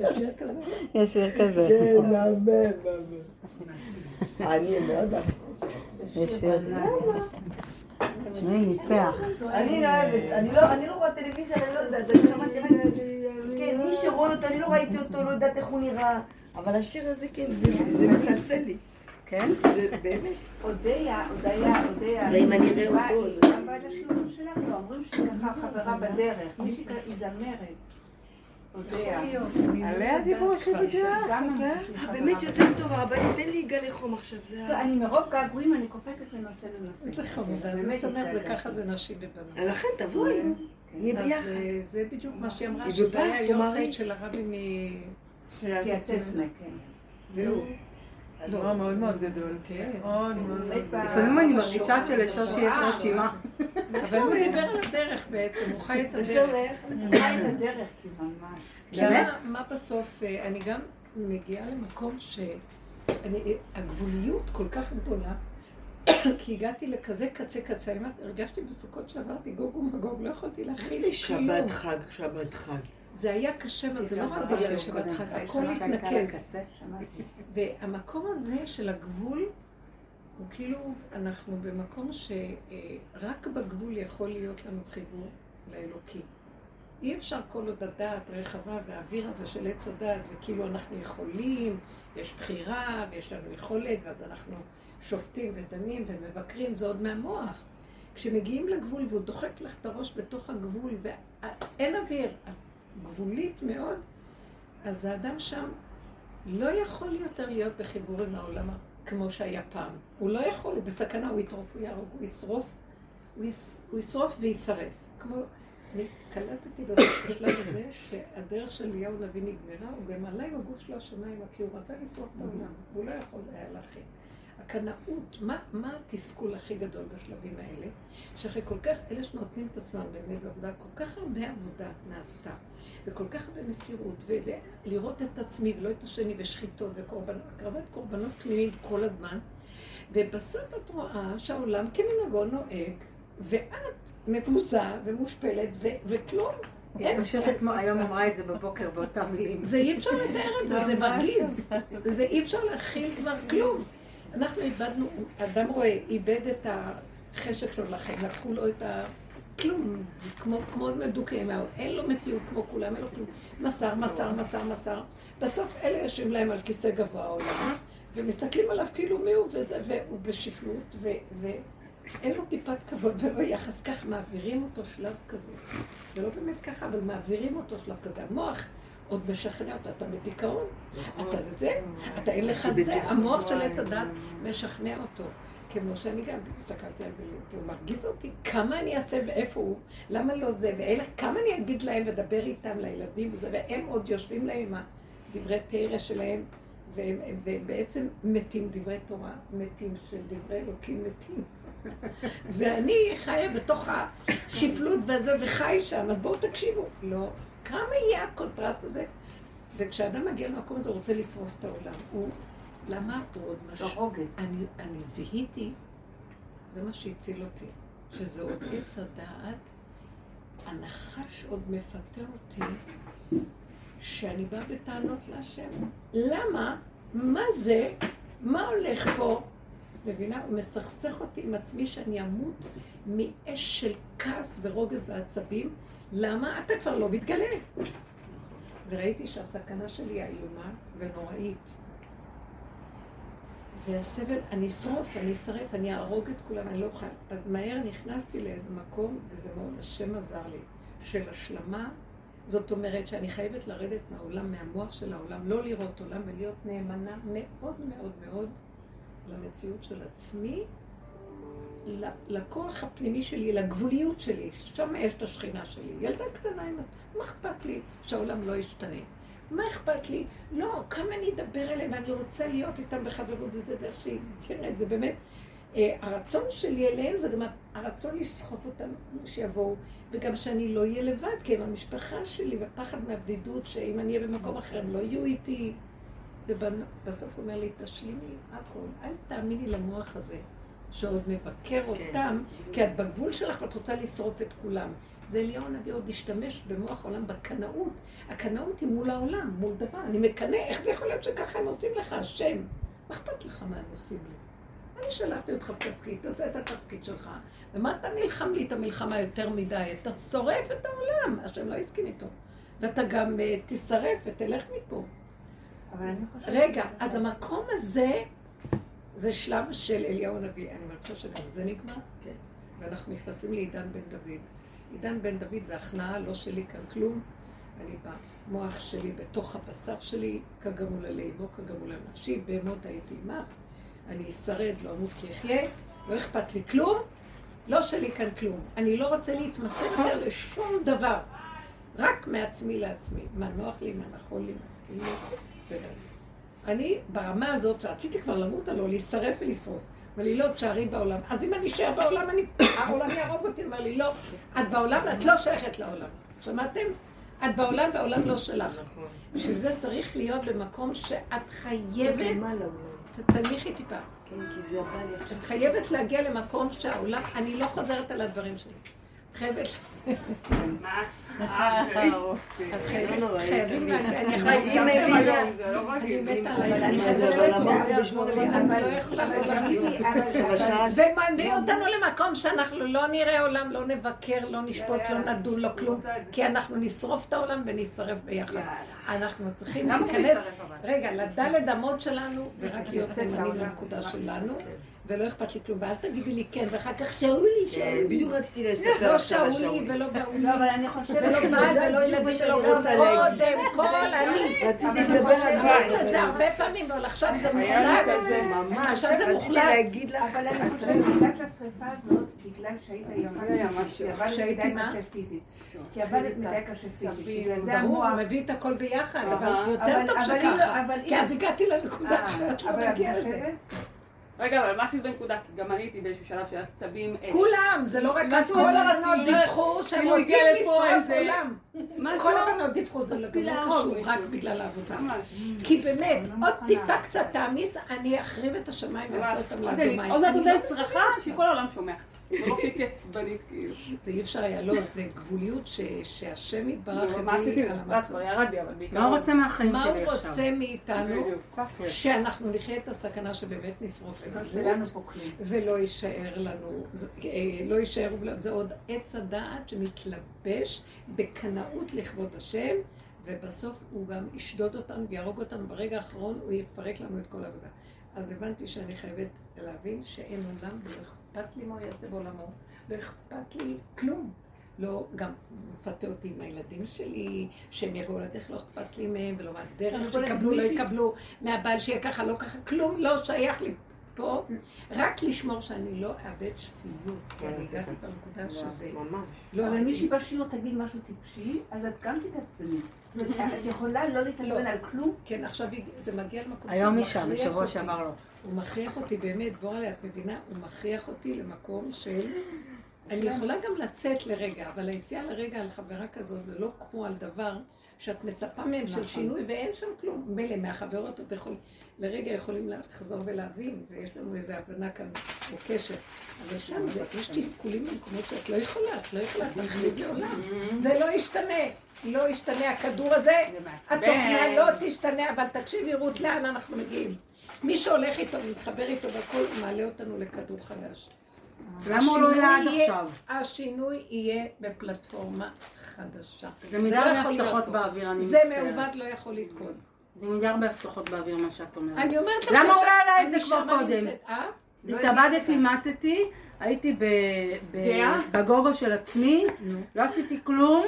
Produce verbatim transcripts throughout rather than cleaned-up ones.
יש שיר כזה? יש שיר כזה. כן, מאמן, מאמן. אני מאוד אהבת. יש שיר. תשמעי, ניצח. אני לא אוהבת, אני לא רואה טלוויזיה, אני לא יודעת, אני שמעתי רק... כן, מי שרואה אותו, אני לא ראיתי אותו, לא יודעת איך הוא נראה. אבל השיר הזה, כן, זה מצלצל לי. כן? זה באמת. אודיה, אודיה, אודיה. ואם אני אראה אותו, זה... גם בעד השלום שלנו, אומרים שככה חברה בדרך. מישהי היא זמרת. אודיה. עליה דיבור שבגלל. באמת יותר טוב, הרבנית, תן לי גלי חום עכשיו. אני מרוב געגועים, אני קופצת לנושא לנושא. זה חמודה, זה משמח, זה ככה זה נשים ובנות. לכן תבואי, נהיה ביחד. אז זה בדיוק מה שהיא אמרה, שזה היה יורצייט של הרבי מ... פיאצסנה, כן. והוא... דבר מאוד מאוד גדול. כן. מאוד מאוד גדול. לפעמים אני מרגישה שלשושי יש רשימה. אבל הוא דיבר על הדרך בעצם, הוא חי את הדרך. הוא חי את הדרך, כאילו, ממש. באמת? מה בסוף, אני גם מגיעה למקום שהגבוליות כל כך גדולה, כי הגעתי לכזה קצה קצה, הרגשתי בסוכות שעברתי גוג ומגוג, לא יכולתי להכיל כלום. איזה שבת חג, שבת חג. זה היה קשה, אבל זה לא רק בגלל שבת חג, הכל התנקז. והמקום הזה של הגבול, הוא כאילו, אנחנו במקום שרק בגבול יכול להיות לנו חיבור לאלוקי. אי אפשר כל עוד הדעת רחבה והאוויר הזה של עץ הדעת, וכאילו אנחנו יכולים, יש בחירה ויש לנו יכולת, ואז אנחנו שופטים ודנים ומבקרים, זה עוד מהמוח. כשמגיעים לגבול והוא דוחק לך את הראש בתוך הגבול ואין אוויר, גבולית מאוד, אז האדם שם לא יכול יותר להיות בחיבור עם העולם כמו שהיה פעם. הוא לא יכול, הוא בסכנה, הוא יטרוף, הוא יהרוג, הוא ישרוף, הוא, יש, הוא ישרוף וישרף. כמו, אני קלטתי בשלב הזה שהדרך של אליהו נביא נגמרה, הוא גם עלה עם הגוף שלו השמיים, כי הוא רצה לשרוף את העולם, והוא לא יכול היה להכין. הקנאות, מה, מה התסכול הכי גדול בשלבים האלה? שאחרי כל כך, אלה שנותנים את עצמם באמת בעבודה, כל כך הרבה עבודה נעשתה, וכל כך הרבה מסירות, ולראות את עצמי ולא את השני, ושחיתות וקורבנות, הקרבת קורבנות פנימיים כל הזמן, ובסוף את רואה שהעולם כמנהגו נוהג, ואת מבוזה ומושפלת ו- וכלום. פשוט היום אמרה את זה בבוקר באותם מילים. זה אי אפשר לתאר את זה, זה מרגיז. ואי אפשר להכיל כבר כלום. אנחנו איבדנו, אדם רואה, איבד את החשק שלו לחיים, לקחו לו את ה... כלום, כמו, כמו מדוכאים, אין לו מציאות כמו כולם, אין לו כלום. מסר, מסר, מסר, מסר. בסוף אלה יושבים להם על כיסא גבוה העולם, ומסתכלים עליו כאילו מי הוא, וזה, והוא בשפלות, ו... ו... אין לו טיפת כבוד ולא יחס, כך מעבירים אותו שלב כזה. זה לא באמת ככה, אבל מעבירים אותו שלב כזה. המוח עוד משכנע אותו, אתה בדיכאון, אתה זה, אתה אין לך זה, המוח של עץ הדת משכנע אותו. כמו שאני גם הסתכלתי על בליום, כי הוא מרגיז אותי, כמה אני אעשה ואיפה הוא, למה לא זה, ואלה, כמה אני אגיד להם ודבר איתם לילדים וזה, והם עוד יושבים להם עם הדברי תירא שלהם, והם, והם בעצם מתים דברי תורה, מתים של דברי אלוקים מתים. ואני חיה בתוך השפלות וזה וחי שם, אז בואו תקשיבו. לא, כמה יהיה הקונטרסט הזה? וכשאדם מגיע למקום הזה הוא רוצה לשרוף את העולם. הוא, למה הוא עוד משהו? אני, אני זיהיתי, זה מה שהציל אותי, שזה עוד עץ הדעת, הנחש עוד מפתה אותי, שאני באה בטענות להשם. למה? מה זה? מה הולך פה? מבינה? הוא מסכסך אותי עם עצמי שאני אמות מאש של כעס ורוגז ועצבים. למה? אתה כבר לא מתגלה. וראיתי שהסכנה שלי איומה ונוראית. והסבל, אני אשרוף, אני אשרף, אני אהרוג את כולם, אני לא אוכל. אז מהר נכנסתי לאיזה מקום, וזה מאוד, השם עזר לי, של השלמה. זאת אומרת שאני חייבת לרדת מהעולם, מהמוח של העולם, לא לראות עולם ולהיות נאמנה מאוד מאוד מאוד למציאות של עצמי, לכוח הפנימי שלי, לגבוליות שלי, שם יש את השכינה שלי. ילדה קטנה, מה אכפת לי שהעולם לא ישתנה? מה אכפת לי? לא, כמה אני אדבר אליהם ואני רוצה להיות איתם בחברות וזה ואיך שהיא, תראה את זה באמת. הרצון שלי אליהם זה גם הרצון לסחוף אותם שיבואו, וגם שאני לא אהיה לבד, כי הם המשפחה שלי, ופחד מהבדידות, שאם אני אהיה במקום אחר הם לא יהיו איתי. ובסוף הוא אומר לי, תשלימי הכל, אל תאמיני למוח הזה. שעוד מבקר אותם, כי את בגבול שלך ואת רוצה לשרוף את כולם. זה אליהו הנביא עוד השתמש במוח העולם בקנאות. הקנאות היא מול העולם, מול דבר. אני מקנא, איך זה יכול להיות שככה הם עושים לך, השם? מה אכפת לך מה הם עושים לי? אני שלחתי אותך בתפקיד, תעשה את התפקיד שלך. ומה אתה נלחם לי את המלחמה יותר מדי? אתה שורף את העולם, השם לא הסכים איתו. ואתה גם uh, תשרף ותלך מפה. אבל אני חושבת... רגע, אז המקום הזה, זה שלב של אליהו הנביא. אני חושבת שגם זה נגמר. כן. ואנחנו נכנסים לעידן בן דוד. עידן בן דוד זה הכנעה, לא שלי כאן כלום. אני במוח שלי, בתוך הבשר שלי, כגמול עלימו, כגמול על נפשי, בהמות הייתי עמך. אני אשרד, לא אמות כי אחיה, לא אכפת לי כלום, לא שלי כאן כלום. אני לא רוצה להתמסר יותר לשום דבר, רק מעצמי לעצמי. מה נוח לי, מה נכון לי, מה נכון לי, זה לא. אני ברמה הזאת שרציתי כבר למות עלו, להישרף ולשרוף. אבל היא לא תשארי בעולם. אז אם אני אשאר בעולם, אני... העולם יהרוג אותי. אמר לי, לא, את בעולם, את לא שייכת לעולם. שמעתם? את בעולם, בעולם לא שלך. בשביל זה צריך להיות במקום שאת חייבת... תניחי טיפה. כן, כי זה הבא לי עכשיו. את חייבת להגיע למקום שהעולם... אני לא חוזרת על הדברים שלי. את חייבת... מה? את חייבים להגיע... אני היא מבינה. אני מתה עלייך, אני חייבת אני לא יכולה ומביא אותנו למקום שאנחנו לא נראה עולם, לא נבקר, לא נשפוט, לא נדון, לא כלום, כי אנחנו נשרוף את העולם ונשרף ביחד. אנחנו צריכים להיכנס, רגע, לדלת אמות שלנו, ורק להיות נאמנים לנקודה שלנו, ולא אכפת לי כלום, ואל תגידי לי כן, ואחר כך שאולי, שאולי. בדיוק רציתי לספר לא עכשיו על שאולי ולא באולי, אבל אני חושבת ולא בעל ולא ילדים ולא קודם, כל אני. רציתי לדבר על זה. זה הרבה פעמים, אבל עכשיו זה מוחלט. ממש, עכשיו זה רציתי מוחלט. להגיד לך. אבל אני חושבת שגעת לשריפה הזאת בגלל שהיית יפה, כי שהייתי עבדת מה? מדי קשה פיזית. כי עבדת מדי קשה פיזית. בגלל זה ברור, הוא המוח... מביא את הכל ביחד, אבל אבל- יותר טוב אבל שככה. אבל כי אז הגעתי לנקודה אחרת, אבל לא את נגיע לזה. חושבת? רגע, אבל מה עשית בנקודה? כי גם הייתי באיזשהו שלב של עצבים. כולם, זה לא רק משהו כל אבל הבנות כאילו, דיווחו שהם כאילו רוצים הגיע לפה לשרוף איזה- עולם. משהו- כל הבנות דיווחו, זה לא רציתי לא להרוג קשור, מישהו. רק בגלל העבודה. ממש. כי באמת, לא עוד מוכנה. טיפה קצת תעמיס, אני אחריב את השמיים ואעשה אותם אוקיי, לאדומים. עוד מעט אני נותן לא צרחה שכל העולם שומע. זה לא שהייתי עצבנית כאילו. זה אי אפשר היה, לא, זה גבוליות ש- שהשם יתברך מה עשיתי? הביא על זה המצב. כבר ירד לי, אבל בעיקר... מה הוא רוצה מהחיים מה שלי הוא עכשיו? רוצה מאיתנו? בדיוק. שאנחנו נחיה את הסכנה שבאמת נשרוף את שלנו הגבול, פה כלום. ולא יישאר לנו, זה- אה, לא יישאר, זה עוד עץ הדעת שמתלבש בקנאות לכבוד השם, ובסוף הוא גם ישדוד אותנו ויהרוג אותנו, ברגע האחרון הוא יפרק לנו את כל העבודה. אז הבנתי שאני חייבת להבין שאין עולם ולא אכפת לי מה הוא יעשה בעולמו, לא אכפת לי כלום. לא, גם מפתה אותי עם הילדים שלי, שהם יבואו לדרך, לא אכפת לי מהם, ולא מהדרך, שיקבלו, לא יקבלו, מהבעל שיהיה ככה, לא ככה, כלום לא שייך לי פה, רק לשמור שאני לא אאבד שפיות, כי אני הגעתי בנקודה שזה... ממש. לא, אבל אני מישהי בשיעור תגיד משהו טיפשי, אז את גם תתעצבני. את יכולה לא להתעצבן על כלום? כן, עכשיו זה מגיע למקום היום היא שהוא שם, מכריח בשבוע אותי. שעבר לא. הוא מכריח אותי באמת, בורלה, את מבינה? הוא מכריח אותי למקום של... אני יכולה גם לצאת לרגע, אבל היציאה לרגע על חברה כזאת זה לא כמו על דבר שאת מצפה מהם של שינוי ואין שם כלום. מילא מהחברות עוד יכול, לרגע יכולים לחזור ולהבין, ויש לנו איזו הבנה כאן או קשר. אבל שם זה, יש תסכולים במקומות שאת לא יכולה, את לא יכולה תחליט לעולם. זה לא ישתנה, לא ישתנה הכדור הזה, התוכנה לא תשתנה, אבל תקשיבי רות, לאן אנחנו מגיעים. מי שהולך איתו ומתחבר איתו והכל, הוא מעלה אותנו לכדור חדש. למה הוא לא יהיה עד השינוי יהיה- עכשיו? השינוי יהיה בפלטפורמה חדשה. זה לא מדי יכול להיות בהבטחות פה. באוויר, אני זה מצטערת. מעובד, לא יכול לתקון. זה מדי הרבה הבטחות באוויר מה שאת אומרת. אני אומרת לך למה שעכשיו- הוא לא העלה את אני זה כבר שם, אני קודם? נמצאת, אה? התאבדתי, מתתי, הייתי ב- ב- גאה? בגובה של עצמי, לא עשיתי כלום,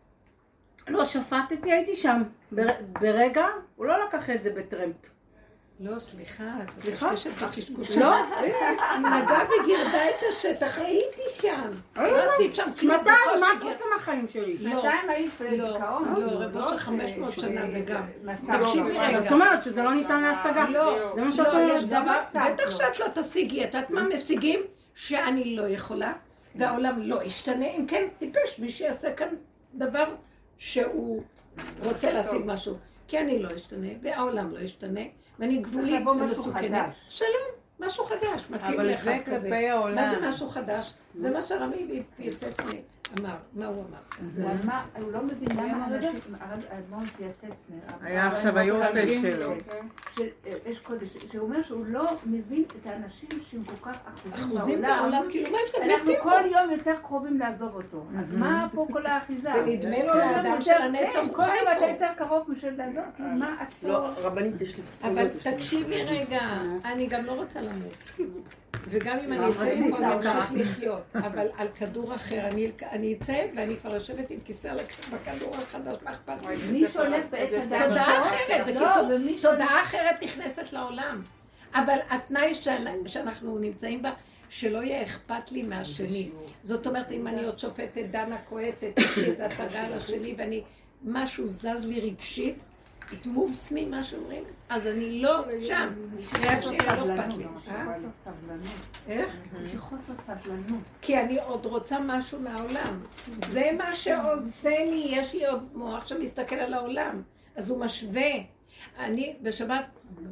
לא שפטתי, הייתי שם. בר- ברגע, הוא לא לקח את זה בטרמפ. לא, סליחה, את סליחה? מקשקשת בקשקושים. לא? היא נגעה וגירדה את השטח, הייתי שם. לא עשית שם כלום. שנתיים, בקושי מה את גיר- רוצה מהחיים שלי? לא. שנתיים היית לא, בדיכאון? לא, רב אושר חמש מאות שנה וגם. מסע. תקשיבי רגע. זאת אומרת שזה לא ניתן להשגה. לא, זה מה שאת לא, יש אומרת. דבר, מסע, בטח לא. שאת לא תשיגי, את יודעת מה משיגים? שאני לא יכולה, והעולם לא ישתנה, אם כן טיפש, מי שיעשה כאן דבר שהוא רוצה להשיג משהו. כי אני לא אשתנה, והעולם לא ישתנה, ואני גבולית לבוא משהו ומסוכנת. חדש. שלום, משהו חדש, מתאים אבל לאחד זה כזה. כלפי העולם. מה זה משהו חדש? זה מה שהרבי פיצצני אמר. מה הוא אמר? הוא אמר, הוא לא מבין למה אנשים, האדמו"ר פיצצני. היה עכשיו היורצייט שלו. יש קודש, שהוא אומר שהוא לא מבין את האנשים שהם כל כך אחוזים בעולם, כאילו מה יש כאן? אנחנו כל יום יותר קרובים לעזוב אותו. אז מה פה כל האחיזה? ונדמה לו לאדם של הנצח הוא כל חי יום אתה פה. יותר קרוב משל לעזוב, כאילו מה את פה? לא, רבנית יש לי. אבל תקשיבי רגע, אני גם לא רוצה למות. וגם אם אני אצא מפה אני אמשיך לחיות, אבל על כדור אחר, אני- אני אצא ואני כבר יושבת עם כיסא על הכ- בכדור החדש, מה אכפת לי? מי שהולך בעץ הדת? תודעה אחרת, לא, בקיצור, ומי שהולך- תודעה אחרת נכנסת לעולם. אבל התנאי שאנ- שאנחנו נמצאים בה, שלא יהיה אכפת לי מהשני. זאת אומרת, אם אני עוד שופטת, דנה כועסת, יש לי איזו השגה על השני, ואני, משהו זז לי רגשית, it moves me, מה שאומרים, אז אני לא שם. חייב שיהיה לא אכפת לי. אה? חוסר סבלנות. איך? יש חוסר סבלנות. כי אני עוד רוצה משהו מהעולם. זה מה שעושה לי, יש לי עוד מוח שמסתכל על העולם. אז הוא משווה. אני, בשבת,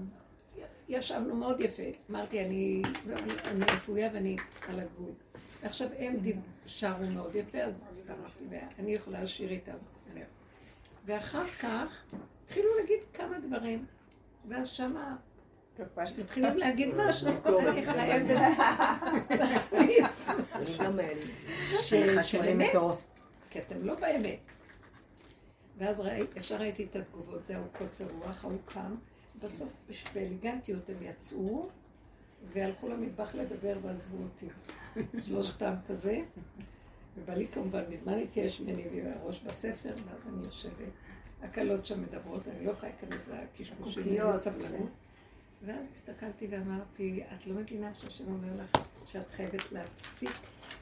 ישבנו מאוד יפה. אמרתי, אני, זהו, אני, אני רפויה ואני על הגבול. ועכשיו הם דיב, שרו מאוד יפה, אז הסתרפתי, ואני יכולה לשיר איתם. ואחר כך, התחילו להגיד כמה דברים. ואז שמה, מתחילים להגיד משהו, אני חייבת להכניס. אני גם היה לי. ש- של אמת, כי אתם לא באמת. ואז ראי- ישר ראיתי את התגובות, זהו קוצר רוח, ההוא קם. בסוף, באליגנטיות הם יצאו, והלכו למטבח לדבר ועזבו אותי. שלושתם כזה. ובא לי כמובן, מזמן התייאש ממני והראש בספר, ואז אני יושבת. הקלות שם מדברות, אני לא יכולה להיכנס לקשקושים, אין לי סבלנות. ואז הסתכלתי ואמרתי, את לא מבינה שהשם אומר לך שאת חייבת להפסיק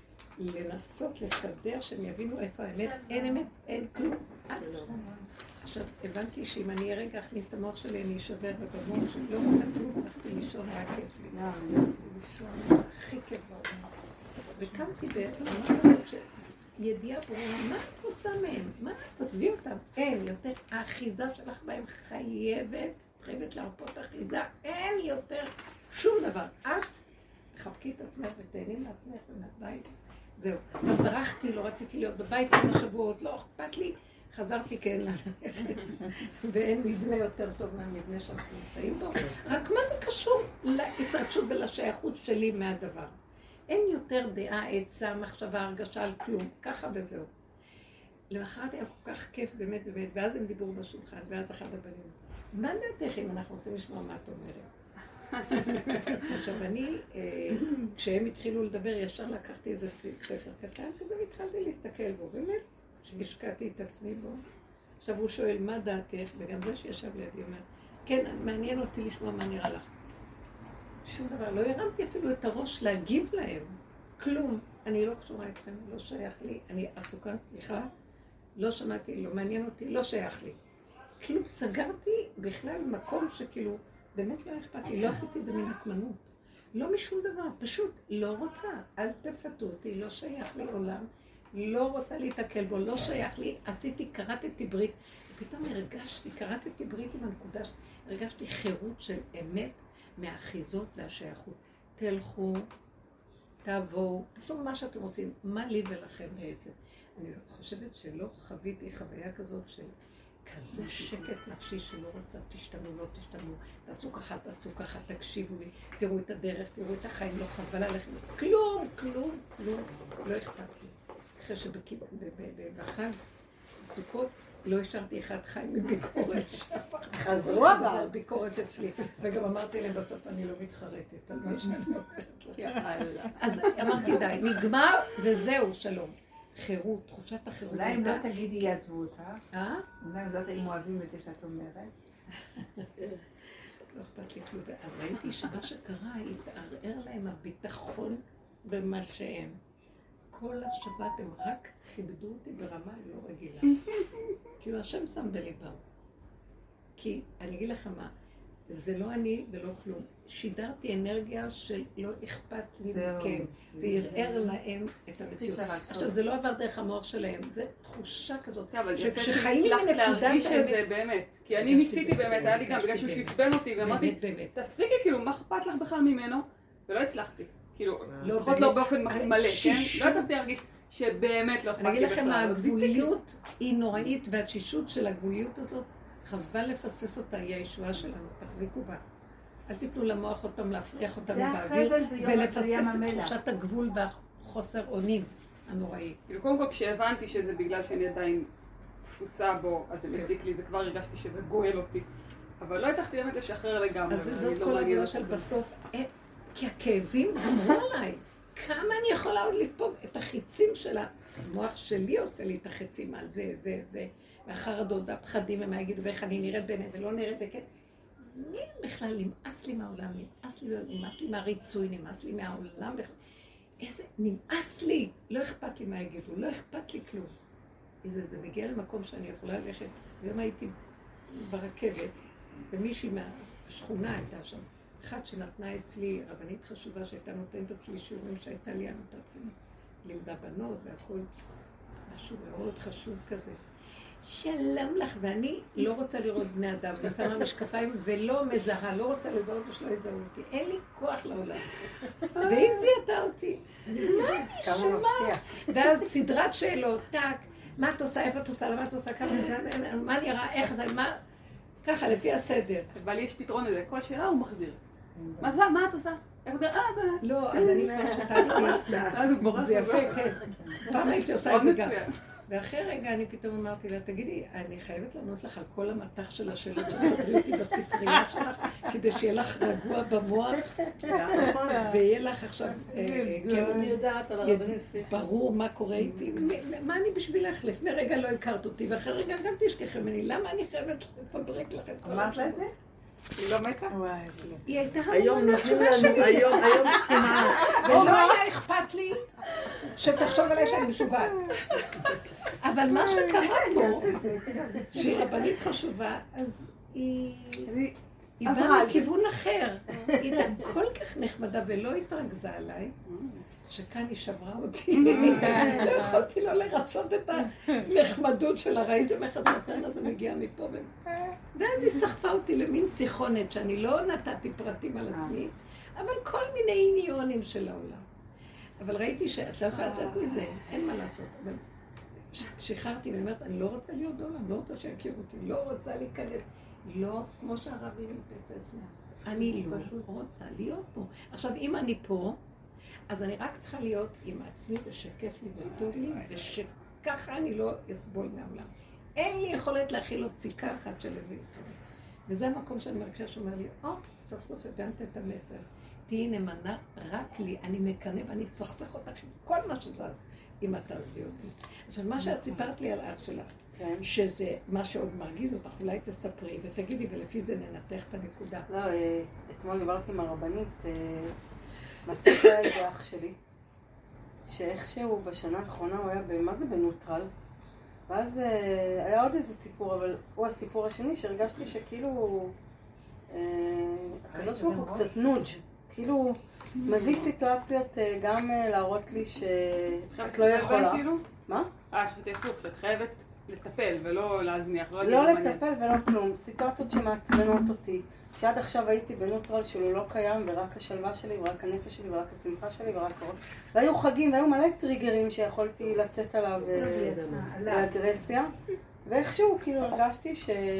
לנסות לסדר שהם יבינו איפה האמת, אין אמת, אין כלום. עכשיו, הבנתי שאם אני רגע אכניס את המוח שלי, אני אשבר ובמוח שלי, לא רוצה כלום, הלכתי לישון, היה כיף לי. לישון, הכי כיף בעולם. וקמתי ואמרתי שידיעה ברורה, מה את רוצה מהם? מה? תעזבי אותם. אין יותר, האחיזה שלך בהם חייבת, חייבת להרפות אחיזה, אין יותר שום דבר. את תחבקי את עצמך ותהני לעצמך ומהבית. זהו. ברחתי, לא רציתי להיות בבית כמה שבועות, לא אכפת לי. חזרתי כן ללכת, ואין מבנה יותר טוב מהמבנה שאנחנו נמצאים בו. רק מה זה קשור להתרגשות ולשייכות שלי מהדבר? אין יותר דעה, עצה, מחשבה, הרגשה על כלום, ככה וזהו. למחרת היה כל כך כיף באמת באמת, ואז הם דיברו בשולחן, ואז אחד הבנים, מה דעתך אם אנחנו רוצים לשמוע מה את אומרת? עכשיו אני, כשהם התחילו לדבר, ישר לקחתי איזה ספר קטן כזה, והתחלתי להסתכל בו, באמת, שהשקעתי את עצמי בו. עכשיו הוא שואל, מה דעתך? וגם זה שישב לידי אומר, כן, מעניין אותי לשמוע מה נראה לך. שום דבר, לא הרמתי אפילו את הראש להגיב להם. כלום. אני לא קשורה איתכם, לא שייך לי. אני עסוקה, סליחה, לא שמעתי, לא מעניין אותי, לא שייך לי. כאילו סגרתי בכלל מקום שכאילו, באמת לא אכפת לי, לא עשיתי את זה מנקמנות. לא משום דבר, פשוט לא רוצה. אל תפתו אותי, לא שייך לי עולם. לא רוצה להתעכל בו, לא שייך לי. עשיתי, קראתי ברית, ופתאום הרגשתי, קראתי ברית עם הנקודה, הרגשתי חירות של אמת, מהאחיזות והשייכות. תלכו, תבואו, תעשו מה שאתם רוצים. מה לי ולכם בעצם? אני חושבת שלא חוויתי חוויה כזאת של כזה שקט נפשי שלא רוצה, תשתנו, לא תשתנו, תעשו ככה, תעשו ככה, תקשיבו לי, תראו את הדרך, תראו את החיים, לא חבל עליכם. כלום, כלום, כלום, לא אכפת לי. אחרי שבחג, בסוכות, לא השארתי אחד חי מביקורת שם. חזרו אבל. ביקורת אצלי. וגם אמרתי להם בסוף, אני לא מתחרטת. על מה שאני אומרת לכם. אז אמרתי די, נגמר וזהו, שלום. חירות, תחושת החירות. אולי אם לא תגידי יעזבו אותך. אה? אולי אם לא תגידי אוהבים את זה שאת אומרת. לא אכפת לי כלום. אז ראיתי שמה שקרה, התערער להם הביטחון במה שהם. כל השבת הם רק כיבדו אותי ברמה לא רגילה. כאילו השם שם בליבם. כי אני אגיד לך מה, זה לא אני ולא כלום. שידרתי אנרגיה של לא אכפת לי מכם. זה ירער להם את המציאות. עכשיו, זה לא עבר דרך המוח שלהם, זה תחושה כזאת. שכשחיים עם נקודת האמת... זה באמת. כי אני ניסיתי באמת, היה לי גם בגלל שהוא שעצבן אותי, ואמרתי, תפסיקי, כאילו, מה אכפת לך בכלל ממנו? ולא הצלחתי. כאילו, לפחות לא באופן מלא, כן? לא הצלחתי להרגיש שבאמת לא אכפת לי בכלל. אני אגיד לכם, הגבוליות היא נוראית, והתשישות של הגבוליות הזאת, חבל לפספס אותה, היא הישועה שלנו, תחזיקו בה. אז תיתנו למוח עוד פעם להפריח אותנו באוויר, ולפספס את תחושת הגבול והחוסר אונים הנוראי. כאילו, קודם כל, כשהבנתי שזה בגלל שאני עדיין תפוסה בו, אז זה מציק לי, זה כבר הרגשתי שזה גואל אותי. אבל לא הצלחתי באמת לשחרר לגמרי. אז זאת כל עבודה של בסוף, כי הכאבים גמרו עליי. כמה אני יכולה עוד לספוג את החיצים של המוח שלי עושה לי את החיצים על זה, זה, זה. והחרדות, הפחדים, ומה יגידו, ואיך אני נראית ביניהם ולא נראית וכן. מי בכלל נמאס לי מהעולם, נמאס לי, נמאס לי מהריצוי, נמאס לי מהעולם. איזה, נמאס לי, לא אכפת לי מה יגידו, לא אכפת לי כלום. איזה, זה מגיע למקום שאני יכולה ללכת. היום הייתי ברכבת, ומישהי מהשכונה הייתה שם. אחת שנתנה אצלי, רבנית חשובה שהייתה נותנת אצלי שיעורים שהייתה לי עמותת לימדה בנות והכל, משהו מאוד חשוב כזה. שלום לך, ואני לא רוצה לראות בני אדם, ושמה משקפיים ולא מזהה, לא רוצה לזהות ושלא יזהו אותי. אין לי כוח לעולם. והיא זיהתה אותי. מה אני שומעת? ואז סדרת שאלות, טק, מה את עושה, איפה את עושה, למה את עושה, כמה, מה נראה, איך זה, מה... ככה, לפי הסדר. אבל יש פתרון לזה, כל שאלה הוא מחזיר. מה זה, מה את עושה? איך אתה... אה, זה... לא, אז אני כבר שתקתי. זה יפה, כן. פעם הייתי עושה את זה גם. ואחרי רגע אני פתאום אמרתי לה, תגידי, אני חייבת לענות לך על כל המתח של השאלות שתסדרי אותי בספרייה שלך, כדי שיהיה לך רגוע במוח, ויהיה לך עכשיו, ברור מה קורה איתי, מה אני בשבילך? לפני רגע לא הכרת אותי, ואחרי רגע גם תשכחי ממני, למה אני חייבת לפברק לך את כל אמרת לה את זה? היא לא מתה? היא הייתה היום המון נותנים התשובה לנו, שלי. היום, היום כמעט. ולא היה אכפת לי שתחשוב עליי שאני משוגעת. אבל מה שקרה פה, שהיא רבנית חשובה, אז היא... היא באה מכיוון אחר. היא הייתה כל כך נחמדה ולא התרגזה עליי, שכאן היא שברה אותי. לא יכולתי לא לרצות את הנחמדות שלה. ראיתם איך הדבר הזה מגיע מפה. ואז היא סחפה אותי למין שיחונת, שאני לא נתתי פרטים על עצמי, אבל כל מיני עניונים של העולם. אבל ראיתי שאת לא יכולה לצאת מזה, אין מה לעשות. אבל שחררתי, ואני אומרת, אני לא רוצה להיות בעולם, לא רוצה שיכיר אותי, לא רוצה להיכנס. לא, כמו שהרבי מתפצץ מה. אני לא רוצה להיות פה. עכשיו, אם אני פה, אז אני רק צריכה להיות עם עצמי ושקף לי וטוב לי, ושככה אני לא אסבול מהעולם. אין לי יכולת להכיל עוד סיכה אחת של איזה איסור. וזה המקום שאני מרגישה שאומר לי, או, סוף סוף הבנת את המסר. תהי נאמנה רק לי, אני מקנא ואני אצחסך אותך עם כל מה שזז, אם את תעזבי אותי. עכשיו, מה שאת סיפרת לי על אח שלך, שזה מה שעוד מרגיז אותך, אולי תספרי ותגידי, ולפי זה ננתח את הנקודה. לא, אתמול דיברתי עם הרבנית, מסתכל על זה אח שלי, שאיכשהו בשנה האחרונה הוא היה, מה זה בנוטרל? ואז היה עוד איזה סיפור, אבל הוא הסיפור השני שהרגשתי שכאילו הקדוש ברוך הוא קצת נודג', כאילו מביא סיטואציות גם להראות לי שאת לא יכולה. מה? אה, שאת הפוך, שאת חייבת לטפל ולא להזניח. לא לטפל ולא כלום, סיטואציות שמעצבנות אותי, שעד עכשיו הייתי בנוטרל שלו לא קיים, ורק השלווה שלי, ורק הנפש שלי, ורק השמחה שלי, ורק הכל. והיו חגים, והיו מלא טריגרים שיכולתי לצאת עליו באגרסיה, ואיכשהו כאילו הרגשתי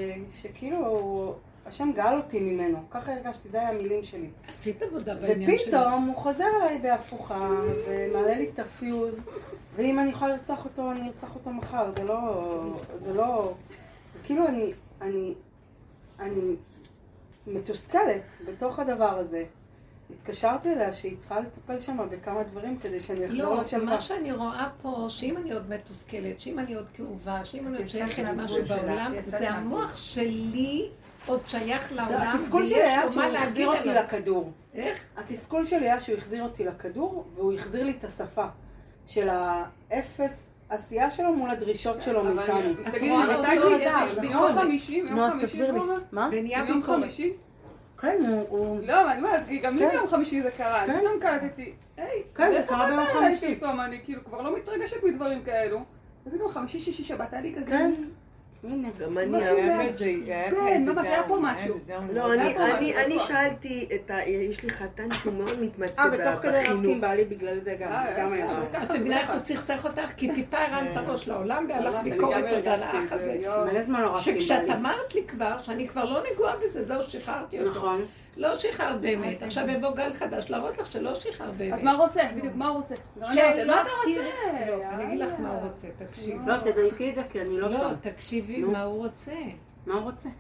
שכאילו השם גאל אותי ממנו, ככה הרגשתי, זה היה המילים שלי. עשית עבודה בעניין שלי. ופתאום הוא חוזר אליי בהפוכה, ומעלה לי את הפיוז, ואם אני יכולה לרצח אותו, אני ארצח אותו מחר, זה לא, זה לא, כאילו אני, אני, אני מתוסכלת בתוך הדבר הזה. התקשרתי אליה שהיא צריכה לטפל שם בכמה דברים כדי שאני אחזור לשם. לא, מה שאני רואה פה, שאם אני עוד מתוסכלת, שאם אני עוד כאובה, שאם אני עוד שייכת משהו בעולם, זה המוח שלי עוד שייך לעולם. התסכול שלי היה שהוא החזיר אותי עליו. לכדור. איך? התסכול שלי היה שהוא החזיר אותי לכדור, והוא החזיר לי את השפה של האפס עשייה שלו מול הדרישות שלו מאיתנו. תגידי, מתי זה ביום חמישי? נו, אז תסביר לי. מה? ונהיה ביקורת. כן, הוא... לא, אני אומרת, גם לי ביום חמישי זה קרה, אני פתאום קלטתי, היי, כן, זה קרה ביום חמישי. פתאום אני כאילו כבר לא מתרגשת מדברים כאלו, ופתאום חמישי, שישי, שבת, היה לי כזה... כן. הנה. גם אני... כן, ממש היה פה משהו. לא, אני שאלתי את ה... יש לי חתן שהוא מאוד מתמצא בחינוך. אה, בתוך כדי רבקים בעלי בגלל זה גם. גם היה. את מבינה איך הוא סכסך אותך? כי טיפה הרמת הראש לעולם והלך ביקורת תודה לאח הזה. מלא זמן לא רבקים בעלי. שכשאת אמרת לי כבר, שאני כבר לא נגועה בזה, זהו, שחררתי אותו. נכון. לא שחררת באמת. עכשיו יבוא גל חדש להראות לך שלא שחררת באמת. אז מה הוא רוצה? בדיוק, מה הוא רוצה? שלא תראי... לא, אני אגיד לך מה הוא רוצה, תקשיבי. לא, תדייקי את זה, כי אני לא שם. לא, תקשיבי מה הוא רוצה. מה הוא רוצה?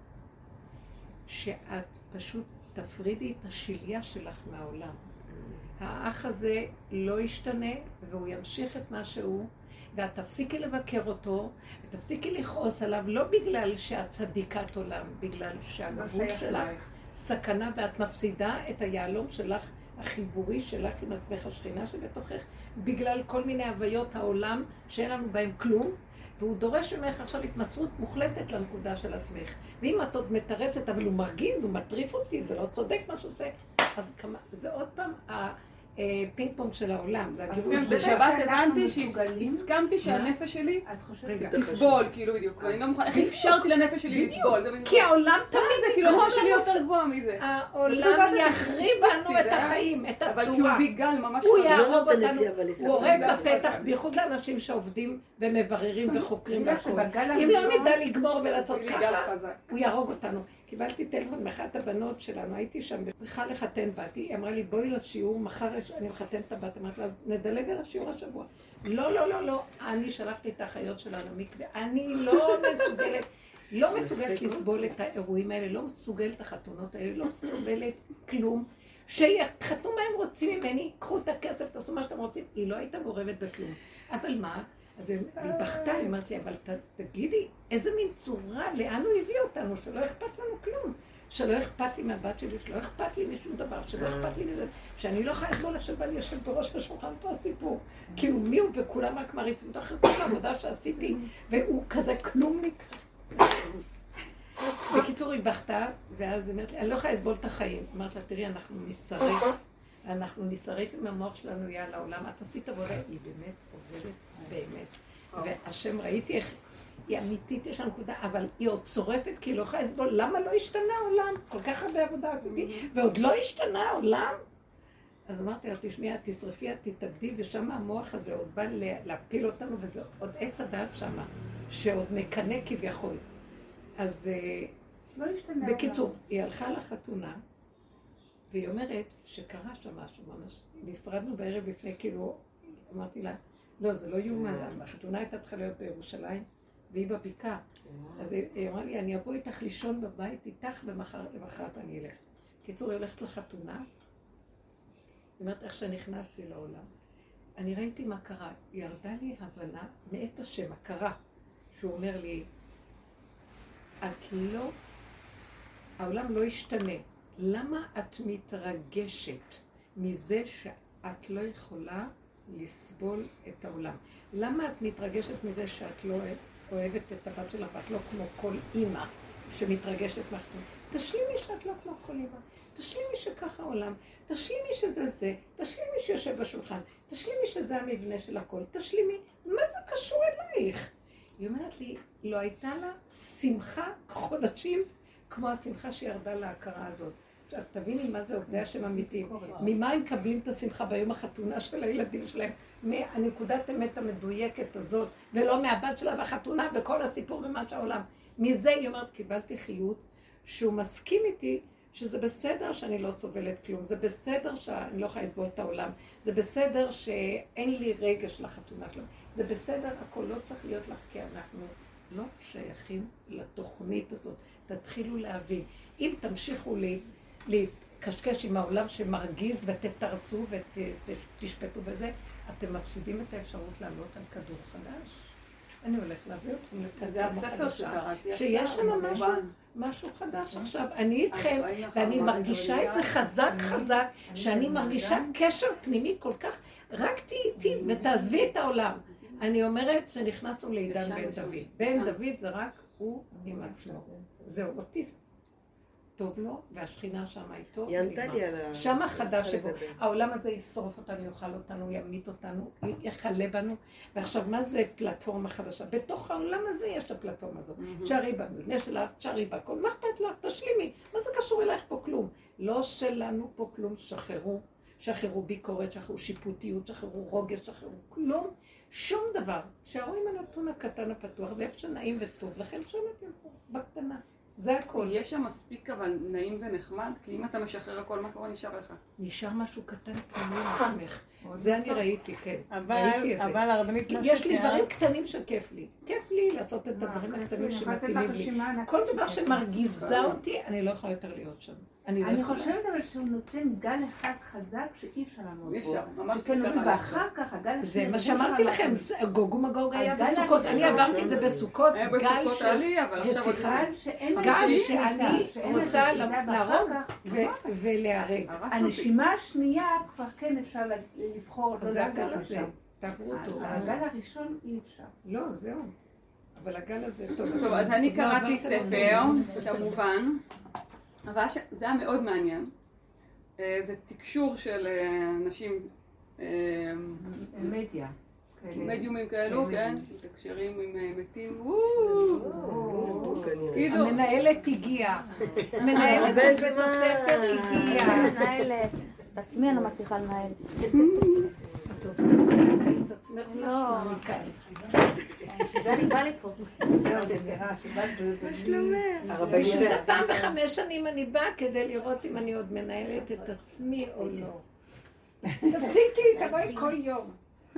שאת פשוט תפרידי את השליה שלך מהעולם. האח הזה לא ישתנה, והוא ימשיך את מה שהוא, ואת תפסיקי לבקר אותו, ותפסיקי לכעוס עליו, לא בגלל שאת צדיקת עולם, בגלל שהגבול שלך סכנה, ואת מפסידה את היעלום שלך, החיבורי שלך עם עצמך, השכינה שבתוכך, בגלל כל מיני הוויות העולם שאין לנו בהם כלום, והוא דורש ממך עכשיו התמסרות מוחלטת לנקודה של עצמך. ואם את עוד מתרצת, אבל הוא מרגיז, הוא מטריף אותי, זה לא צודק מה שהוא עושה, אז כמה, זה עוד פעם הפינג פונג של העולם, זה הגיוון. בשבת הבנתי שהסכמתי שהנפש שלי תסבול, כאילו בדיוק, ואני לא מוכנה, איך אפשרתי לנפש שלי לסבול? כי העולם תמיד כאילו הנפש שלי יותר גבוה מזה. העולם יחריב בנו את החיים, את הצורה. אבל כי הוא ביגל ממש הוא יהרוג אותנו, הוא הורג בפתח, בייחוד לאנשים שעובדים ומבררים וחוקרים והכל. אם לא נדע לגמור ולעשות ככה, הוא יהרוג אותנו. קיבלתי טלפון מאחת הבנות שלנו, הייתי שם וצריכה לחתן באתי, היא אמרה לי בואי לשיעור, מחר אני מחתן את הבת, אמרת לה, נדלג על השיעור השבוע. לא, לא, לא, לא, אני שלחתי את האחיות שלנו מקווה, אני לא מסוגלת, לא מסוגלת לסבול את האירועים האלה, לא מסוגלת את החתונות האלה, לא מסוגלת כלום, שיתחתנו מה הם רוצים ממני, קחו את הכסף, תעשו מה שאתם רוצים, היא לא הייתה מעורבת בכלום. אבל מה? אז היא בכתה, היא אמרת לי, אבל תגידי, איזה מין צורה, לאן הוא הביא אותנו, שלא אכפת לנו כלום, שלא אכפת לי מהבת שלי, שלא אכפת לי משום דבר, שלא אכפת לי מזה, שאני לא יכולה לסבול עכשיו ואני יושב בראש השולחן, אותו הסיפור, כאילו מי הוא וכולם רק מריצים אותו אחרי כל העבודה שעשיתי, והוא כזה כלום נקרא. בקיצור היא בכתה, ואז היא אומרת לי, אני לא יכולה לסבול את החיים. אמרת לה, תראי, אנחנו נשרף, אנחנו נשרף עם המוח שלנו יהיה על העולם, את עשית עבודה, היא באמת עובדת. באמת. והשם ראיתי איך היא אמיתית, יש לה נקודה, אבל היא עוד צורפת, כי היא לא יכולה לסבול, למה לא השתנה העולם? כל כך הרבה עבודה עשיתי, ועוד לא השתנה העולם? אז אמרתי לה, תשמעי, את תשרפי, את תתאבדי, ושם המוח הזה עוד בא להפיל אותנו, וזה עוד עץ הדעת שם, שעוד מקנה כביכול. אז בקיצור, היא הלכה לחתונה, והיא אומרת שקרה שם משהו ממש. נפרדנו בערב לפני, כאילו, אמרתי לה, לא, זה לא יאומן, החתונה הייתה צריכה להיות בירושלים, והיא בבקעה. אז היא אמרה לי, אני אבוא איתך לישון בבית איתך, ומחרת אני אלך. קיצור, היא הולכת לחתונה, היא אומרת איך שנכנסתי לעולם. אני ראיתי מה קרה, ירדה לי הבנה מאת השם, הכרה, שהוא אומר לי, את לא, העולם לא ישתנה. למה את מתרגשת מזה שאת לא יכולה לסבול את העולם? למה את מתרגשת מזה שאת לא אוהבת את הבת שלך ואת לא כמו כל אימא שמתרגשת לך? תשלימי שאת לא כמו כל אימא, תשלימי שככה העולם, תשלימי שזה זה, תשלימי שיושב בשולחן, תשלימי שזה המבנה של הכל, תשלימי, מה זה קשור אלייך? היא אומרת לי, לא הייתה לה שמחה חודשים כמו השמחה שירדה להכרה הזאת. עכשיו, תביני מה זה עובדי השם אמיתיים. ממה הם מקבלים את השמחה ביום החתונה של הילדים שלהם? מהנקודת אמת המדויקת הזאת, ולא מהבת שלה בחתונה וכל הסיפור במה שהעולם. מזה היא אומרת, קיבלתי חיות, שהוא מסכים איתי שזה בסדר שאני לא סובלת כלום, זה בסדר שאני לא יכולה לסבול את העולם, זה בסדר שאין לי רגש לחתונה שלו, זה בסדר, הכל לא צריך להיות לך, כי אנחנו לא שייכים לתוכנית הזאת. תתחילו להבין. אם תמשיכו לי, להתקשקש עם העולם שמרגיז ותתרצו ותשפטו בזה, אתם מפסידים את האפשרות לעלות על כדור חדש. אני הולך להביא אתכם לפלטפורמה חדשה, שיש שם משהו, משהו חדש. עכשיו, אני איתכם, ואני מרגישה את זה חזק חזק, שאני מרגישה קשר פנימי כל כך, רק תהי איתי ותעזבי את העולם. אני אומרת שנכנסנו לעידן בן דוד. בן דוד זה רק הוא עם עצמו. זהו, אוטיסט. טוב לו, והשכינה שם איתו. היא ענתה לי על ה... שם החדש שבו. העולם הזה ישרוף אותנו, יאכל אותנו, ימית אותנו, יחלה בנו. ועכשיו, מה זה פלטפורמה חדשה? בתוך העולם הזה יש את הפלטפורמה הזאת. תשארי במבנה שלך, תשארי בכל, מה אכפת לך? תשלימי. מה זה קשור אלייך פה כלום? לא שלנו פה כלום, שחררו. שחררו ביקורת, שחררו שיפוטיות, שחררו רוגש, שחררו כלום. שום דבר. שערו עם הנתון הקטן הפתוח, ואיפה שנעים וטוב, לכן שם תלכו, בקטנה. זה הכל. יש שם מספיק אבל נעים ונחמד, כי אם אתה משחרר הכל, מה קורה נשאר לך? נשאר משהו קטן פנימי לעצמך. זה אני ראיתי, כן. אבל הרבנית משהו... יש לי דברים קטנים שכיף לי. כיף לי לעשות את הדברים הקטנים שמתאימים לי. כל דבר שמרגיזה אותי, אני לא יכולה יותר להיות שם. אני חושבת אבל שהוא נותן גל אחד חזק שאי אפשר לעמוד בו. אפשר, ממש שכן נותן, ואחר כך הגל... זה מה שאמרתי לכם, גוג ומגוג היה בסוכות, אני עברתי את זה בסוכות, גל של רציחה, גל שאני רוצה להרוג ולהרג. הנשימה השנייה כבר כן אפשר לבחור. זה הגל הזה, תעברו אותו. הגל הראשון אי אפשר. לא, זהו. אבל הגל הזה טוב. טוב, אז אני קראתי ספר, כמובן. אבל זה היה מאוד מעניין. זה תקשור של אנשים... מדיה. מדיומים כאלו, כן? מתקשרים עם מתים. המנהלת הגיעה. מנהלת של בית הספר הגיעה. מנהלת. בעצמי אני לא מצליחה לנהל. טוב, את עצמך לשמוע מכאן. שזה אני בא לי פה. זהו, זה נראה, מה שלומך? שזה פעם בחמש שנים אני באה כדי לראות אם אני עוד מנהלת את עצמי או לא. תפסיקי, תבואי כל יום.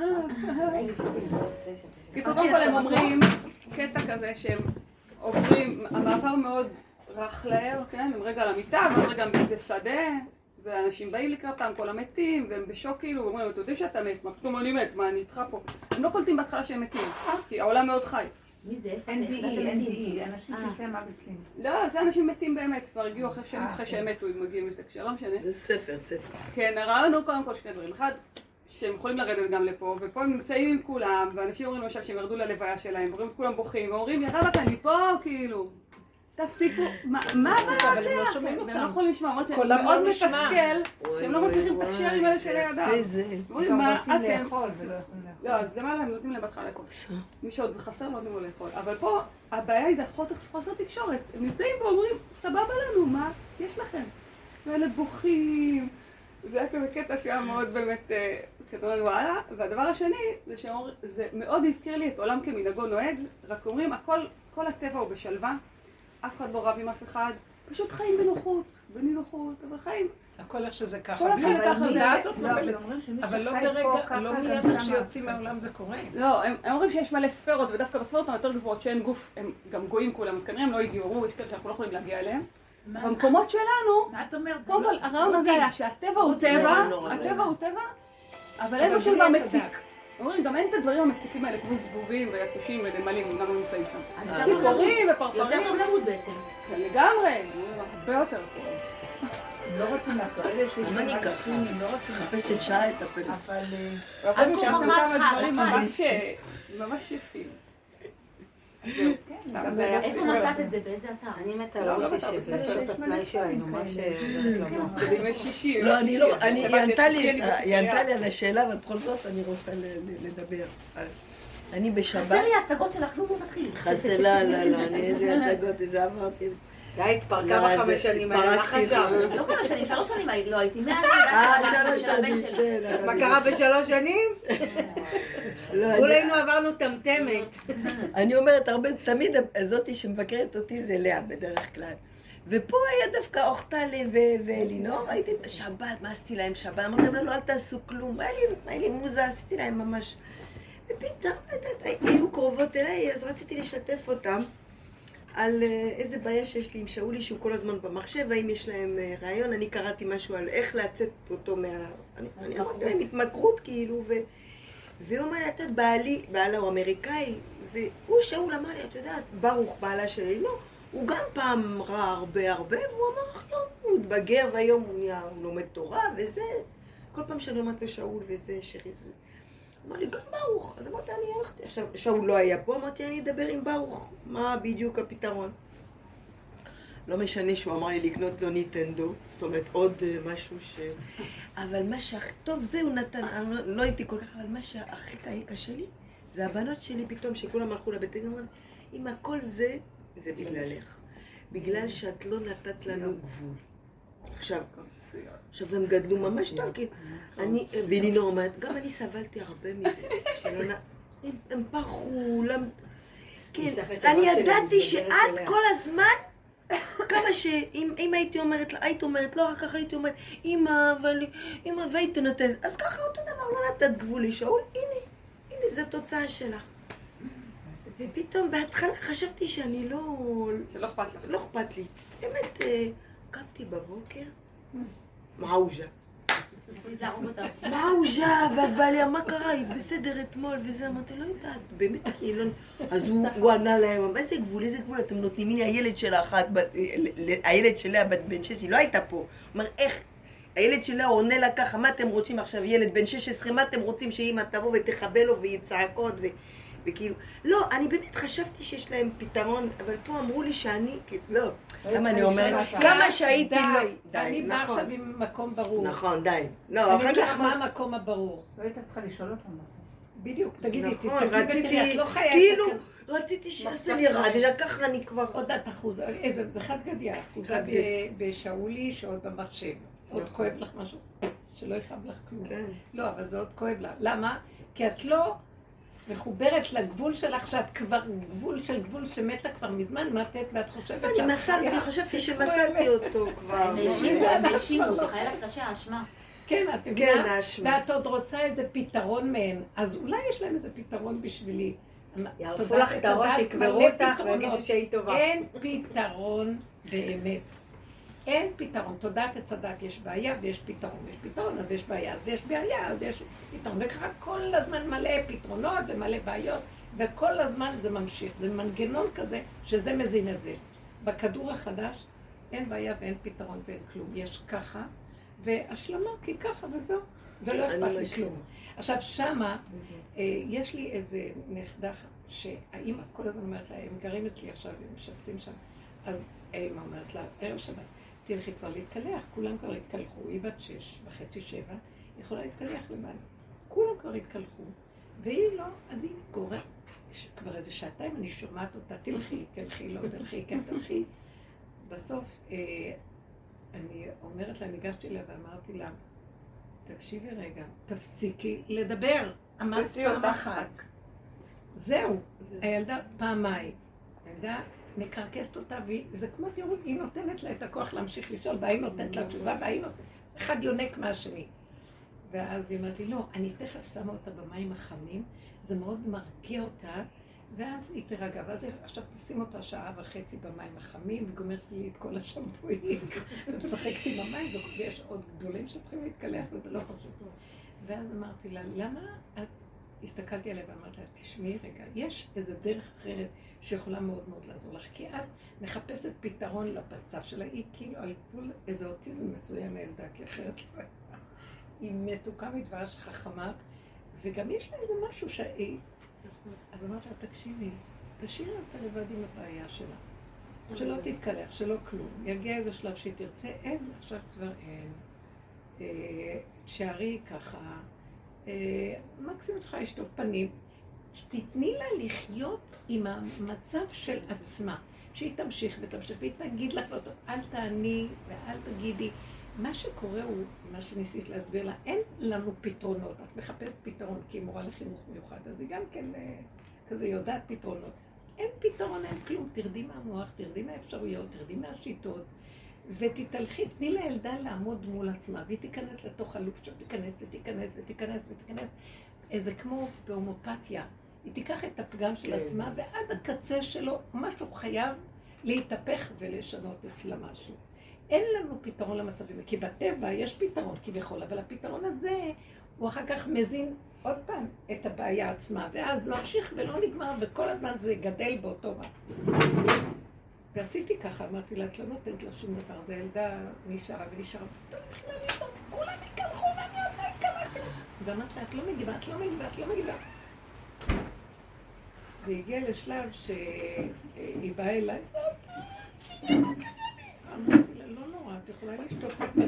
קיצור, קודם כל הם אומרים קטע כזה שהם עוברים, המעבר מאוד רך להר, כן? הם רגע על המיטה, ועוד רגע באיזה שדה, ואנשים באים לקראתם, כל המתים, והם בשוק כאילו, ואומרים, אתה יודע שאתה מת, מה פתאום אני מת, מה אני איתך פה? הם לא קולטים בהתחלה שהם מתים, כי העולם מאוד חי. מי זה? אין די אי, אין די אי, אנשים שיש להם מוותים. לא, זה אנשים מתים באמת, כבר הגיעו אחרי שהם מתו, הם מגיעים לשתקשר, לא משנה. זה ספר, ספר. כן, הרעיון הוא קודם כל שני דברים. אחד, שהם יכולים לרדת גם לפה, ופה הם נמצאים עם כולם, ואנשים אומרים למשל שהם ירדו ללוויה שלהם, ורואים את כולם בוכים, ואומרים, יאללה, אתה מפה, כאילו, תפסיקו, מה זה שלכם? והם לא יכולים לשמוע, אומרת שהם מאוד מתסכל, שהם לא מצליחים לתקשר עם אלה של הידם. אומרים, מה אתם? לא, אז למה הם נותנים להם בהתחלה לאכול? מי שעוד חסר לא נותנים לו לאכול. אבל פה, הבעיה היא חוסר תקשורת. הם נמצאים פה, אומרים, סבבה לנו, מה יש לכם? ואלה בוכים. זה היה כזה קטע שהיה מאוד באמת כתוב לנו הלאה. והדבר השני, זה מאוד הזכיר לי את עולם כמנהגו נוהג, רק אומרים, כל הטבע הוא בשלווה, אף אחד לא רב עם אף אחד, פשוט חיים בנוחות, בנינוחות, אבל חיים. הכל איך שזה ככה. כל איך שזה ככה. אבל לא ברגע, לא מיד איך שיוצאים מהעולם זה קורה. לא, הם אומרים שיש מלא ספרות, ודווקא בספרות היותר גבוהות שאין גוף, הם גם גויים כולם, אז כנראה הם לא הגיעו, אמרו, יש כאלה שאנחנו לא יכולים להגיע אליהם. במקומות שלנו, מה את אומרת? קודם כל, הרעיון הזה היה שהטבע הוא טבע, הטבע הוא טבע, אבל אין לו שום דבר מציק. אומרים, גם אין את הדברים המציקים האלה, כמו זבובים ויתושים ונמלים, הם גם לא נמצאים שם. ציפורים ופרפרים. יותר מזמות בעצם. כן, לגמרי, הרבה יותר טוב. לא רוצים לעשות, אלה שיש מה אני ככה? חפשת שעה את הפלאפל. אבל שם כמה דברים ממש יפים. איפה מצאת את זה? באיזה אתר? אני מתה לא אותי שבשעות הפנאי שלה היא ממש... בימי שישי. לא, אני לא, היא ענתה לי על השאלה, אבל בכל זאת אני רוצה לדבר. אני בשבת... חסר לי הצגות שלך, לא בוא נתחיל. חסר, לא, לא, לא, אני אין לי הצגות, איזה עברתי. די, התפרקה בחמש שנים האלה, מה חשב? לא חמש שנים, שלוש שנים לא הייתי, מאז אה, שלוש שנים, כן. מה קרה בשלוש שנים? כולנו עברנו טמטמת. אני אומרת, תמיד זאתי שמבקרת אותי זה לאה בדרך כלל. ופה היה דווקא אוכטלי ואלינור, הייתי בשבת, מה עשיתי להם שבת? אמרתי להם, לא, אל תעשו כלום, היה לי מוזה, עשיתי להם ממש. ופתאום, היו קרובות אליי, אז רציתי לשתף אותם. על איזה בעיה שיש לי עם שאולי שהוא כל הזמן במחשב, האם יש להם רעיון, אני קראתי משהו על איך לצאת אותו מה... אני אמרתי להם התמכרות כאילו, והוא אומר לי, את יודעת, בעלי, בעלה הוא אמריקאי, והוא שאול אמר לי, את יודעת, ברוך בעלה שלי, לא, הוא גם פעם רע הרבה הרבה, והוא אמר לך, לא, הוא התבגר והיום הוא נהיה, הוא לומד תורה וזה, כל פעם שאני אומרת לשאול וזה, שרי זה. אמר לי, גם ברוך. אז אמרתי, אני הלכתי. עכשיו, שאול לא היה פה, אמרתי, אני אדבר עם ברוך. מה בדיוק הפתרון? לא משנה שהוא אמר לי לקנות לו ניטנדו, זאת אומרת עוד משהו ש... אבל מה שהכי טוב זה הוא נתן, אני לא הייתי כל כך, אבל מה שהכי קשה לי, זה הבנות שלי פתאום שכולם הלכו לבית הגמרא, אם הכל זה, זה בגללך. בגלל שאת לא נתת לנו גבול. עכשיו, עכשיו הם גדלו ממש טוב, כי אני, ולינור אומרת, גם אני סבלתי הרבה מזה, שלא נ... הם פרחו, למ... כן, אני ידעתי שעד כל הזמן, כמה שאם הייתי אומרת לה, הייתי אומרת, לא רק ככה הייתי אומרת, אמא, אבל אמא, והייתי נותנת, אז ככה אותו דבר, לא נתת גבול לשאול, הנה, הנה, זו תוצאה שלך. ופתאום בהתחלה חשבתי שאני לא... שלא אכפת לך. לא אכפת לי. באמת, קמתי בבוקר, מעוזה. מעוזה, ואז בא לי, מה קרה? היא בסדר אתמול וזה, אמרתי, לא יודעת, באמת אני לא... אז הוא ענה להם, איזה גבול, איזה גבול אתם נותנים? הנה הילד שלה אחת, הילד שלה בת בן שש, היא לא הייתה פה. אומר, איך? הילד שלה עונה לה ככה, מה אתם רוצים עכשיו? ילד בן שש עשרה, מה אתם רוצים שאמא תבוא ותחבל לו ויצעקות ו... וכאילו, לא, אני באמת חשבתי שיש להם פתרון, אבל פה אמרו לי שאני, לא, למה אני אומרת, כמה שהייתי, לא, די, אני באה עכשיו עם מקום ברור. נכון, די. לא, אני אגיד לך מה המקום הברור. לא היית צריכה לשאול אותם. בדיוק, תגידי, תסתכלי ותראי, את לא חיה את זה. כאילו, רציתי שעשה לי רע, אלא ככה אני כבר... עוד את אחוזה, איזה, זה חד גדיה, אחוזה בשאולי, שעוד במחשב. עוד כואב לך משהו? שלא יכאב לך כלום. לא, אבל זה עוד כואב לה. למה? כי את לא... מחוברת לגבול שלך, שאת כבר גבול של גבול שמתה כבר מזמן, מתת, ואת חושבת שאת... אני מסרתי, חשבתי שמסרתי אותו כבר. הם האשימו, אותך, היה לך קשה האשמה. כן, את מבינה? ואת עוד רוצה איזה פתרון מהן, אז אולי יש להם איזה פתרון בשבילי. יערפו לך את הראש, יקברו אותך ויגידו שהיא טובה. אין פתרון באמת. אין פתרון, תודעת הצדק, יש בעיה ויש פתרון, יש פתרון, אז יש בעיה, אז יש בעיה, אז יש פתרון, וככה כל הזמן מלא פתרונות ומלא בעיות, וכל הזמן זה ממשיך, זה מנגנון כזה שזה מזין את זה. בכדור החדש אין בעיה ואין פתרון ואין כלום, יש ככה, והשלמה כי ככה וזהו, ולא אכפת לי כלום. עכשיו שמה, יש לי איזה נכדה שהאימא כל הזמן אומרת לה, הם גרים אצלי עכשיו, הם משפצים שם, אז האימא אומרת לה, ערב שבת, תלכי כבר להתקלח, כולם כבר התקלחו, היא בת שש וחצי שבע, היא יכולה להתקלח למעלה. כולם כבר התקלחו, והיא לא, אז היא קוראת, כבר איזה שעתיים אני שומעת אותה, תלכי, תלכי, לא תלכי, כן תלכי. בסוף, אה, אני אומרת לה, ניגשתי לה ואמרתי לה, תקשיבי רגע, תפסיקי לדבר, אמרת פעם אחת. זהו, הילדה פעמיים, הילדה, מקרקסת אותה, וזה כמו פירוט, היא נותנת לה את הכוח להמשיך לשאול, והיא נותנת לה תשובה, והיא נותנת, אחד יונק מהשני. ואז היא אומרת לי, לא, אני תכף שמה אותה במים החמים, זה מאוד מרגיע אותה, ואז היא תרגע, ואז עכשיו תשים אותה שעה וחצי במים החמים, וגומרת לי את כל השמפויים, ומשחקת עם המים, ויש עוד גדולים שצריכים להתקלח, וזה לא חשוב. ואז אמרתי לה, למה את... הסתכלתי עליה ואמרתי לה, תשמעי רגע, יש איזו דרך אחרת שיכולה מאוד מאוד לעזור לך, כי את מחפשת פתרון למצב שלה, היא כאילו על גבול איזה אוטיזם מסוים הילדה, כי אחרת לא היא מתוקה מדבש, חכמה, וגם יש לה איזה משהו שהיא... אז אמרתי לה, תקשיבי, תשאירי אותה לבד עם הבעיה שלה, שלא תתקלח, שלא כלום, יגיע איזה שלב שהיא תרצה, אין, עכשיו כבר אין, תשארי ככה, מקסימום לך לשטוף פנים, תתני לה לחיות עם המצב של עצמה, שהיא תמשיך ותמשיך, והיא תגיד לך, אל תעני ואל תגידי. מה שקורה הוא, מה שניסית להסביר לה, אין לנו פתרונות, את מחפשת פתרון, כי היא מורה לחינוך מיוחד, אז היא גם כן כזה יודעת פתרונות. אין פתרון, אין כלום, תרדי מהמוח, תרדי מהאפשרויות, תרדי מהשיטות, ותתהלכי, תני לילדה לעמוד מול עצמה, והיא תיכנס לתוך הלופ, שתיכנס ותיכנס ותיכנס ותיכנס, איזה כמו בהומופתיה, היא תיקח את הפגם של עצמה, ועד הקצה שלו משהו חייב להתהפך ולשנות אצלה משהו. אין לנו פתרון למצבים, כי בטבע יש פתרון כביכול, אבל הפתרון הזה הוא אחר כך מזין עוד פעם את הבעיה עצמה, ואז זה ממשיך ולא נגמר, וכל הזמן זה גדל באותו מה. ועשיתי ככה, אמרתי לה, את לא נותנת לה שום דבר, זה ילדה נשארה ונשארה, פתאום התחילה לצעוק, כולם התקלחו ואני עוד לא התקלחתי. ואמרתי לה, את לא מגיבה, את לא מגיבה, את לא מגיבה. והגיע לשלב שהיא באה אליי,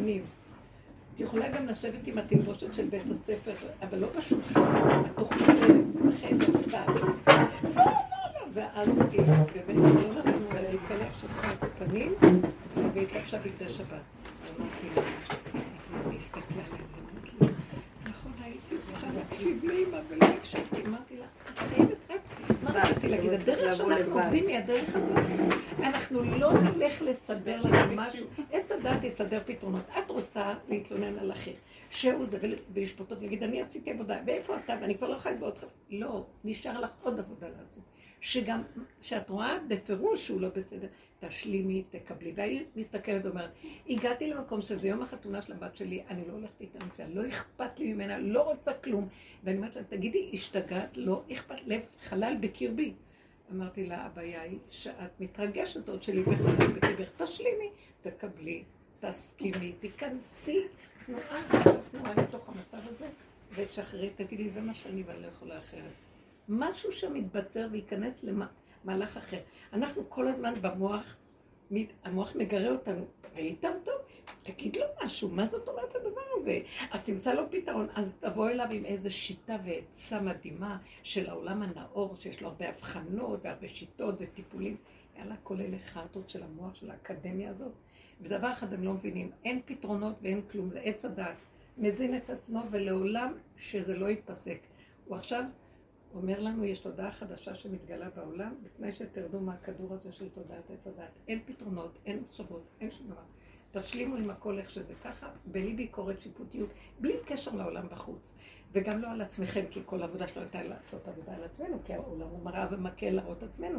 פנים. את יכולה גם לשבת עם התלבושת של בית הספר, אבל לא בשולחן, את תוכלי בחדר ובעד. לא, לא, לא, ואז היא באמת לא נתנו לה להתקלח שתחה את הפנים, והייתה עכשיו איתה שבת. אמרתי לה, אז היא הסתכלה עליהם, אמרתי לה, נכון, הייתי צריכה להקשיב לאמא ולא הקשבתי, אמרתי לה, את חייבת רק, מה רציתי להגיד, הדרך שאנחנו עובדים היא הדרך הזאת, אנחנו לא נלך לסדר לנו משהו, עץ הדת יסדר פתרונות, את רוצה להתלונן על אחר, שהוא זה ולשפוטות, להגיד, אני עשיתי עבודה, ואיפה אתה, ואני כבר לא יכולה לסבור אותך, לא, נשאר לך עוד עבודה לעשות, שגם, שאת רואה בפירוש שהוא לא בסדר, תשלימי, תקבלי, והיא מסתכלת ואומרת, הגעתי למקום שזה יום החתונה של הבת שלי, אני לא הולכת איתה נפלא, לא אכפת לי ממנה, לא רוצה כלום, ואני אומרת לה, תגידי, השתגעת, לא אכפת, לב חלל בקרבי. אמרתי לה, הבעיה היא שאת מתרגשת עוד שלי בחלל בקרבך, תשלימי, תקבלי, תסכימי, תיכנסי, תנועה, תנועה לתוך המצב הזה, ותשחררי, תגידי, זה מה שאני ואני לא יכולה אחרת. משהו שמתבצר וייכנס למהלך אחר. אנחנו כל הזמן במוח, המוח מגרה אותנו, ראית אותו? תגיד לו משהו, מה זאת אומרת הדבר הזה? אז תמצא לו פתרון, אז תבוא אליו עם איזו שיטה ועצה מדהימה של העולם הנאור, שיש לו הרבה הבחנות והרבה שיטות וטיפולים. יאללה, כל אלה חרטות של המוח, של האקדמיה הזאת. ודבר אחד הם לא מבינים, אין פתרונות ואין כלום, זה עץ הדעת. מזין את עצמו ולעולם שזה לא ייפסק. הוא עכשיו אומר לנו, יש תודעה חדשה שמתגלה בעולם, בתנאי שתרדו מהכדור הזה של תודעת עץ הדעת. אין פתרונות, אין מחשבות, אין שום דבר. תשלימו עם הכל איך שזה ככה, בלי ביקורת שיפוטיות, בלי קשר לעולם בחוץ. וגם לא על עצמכם, כי כל העבודה שלו הייתה לעשות עבודה על עצמנו, כי העולם הוא מראה ומקל להראות עצמנו.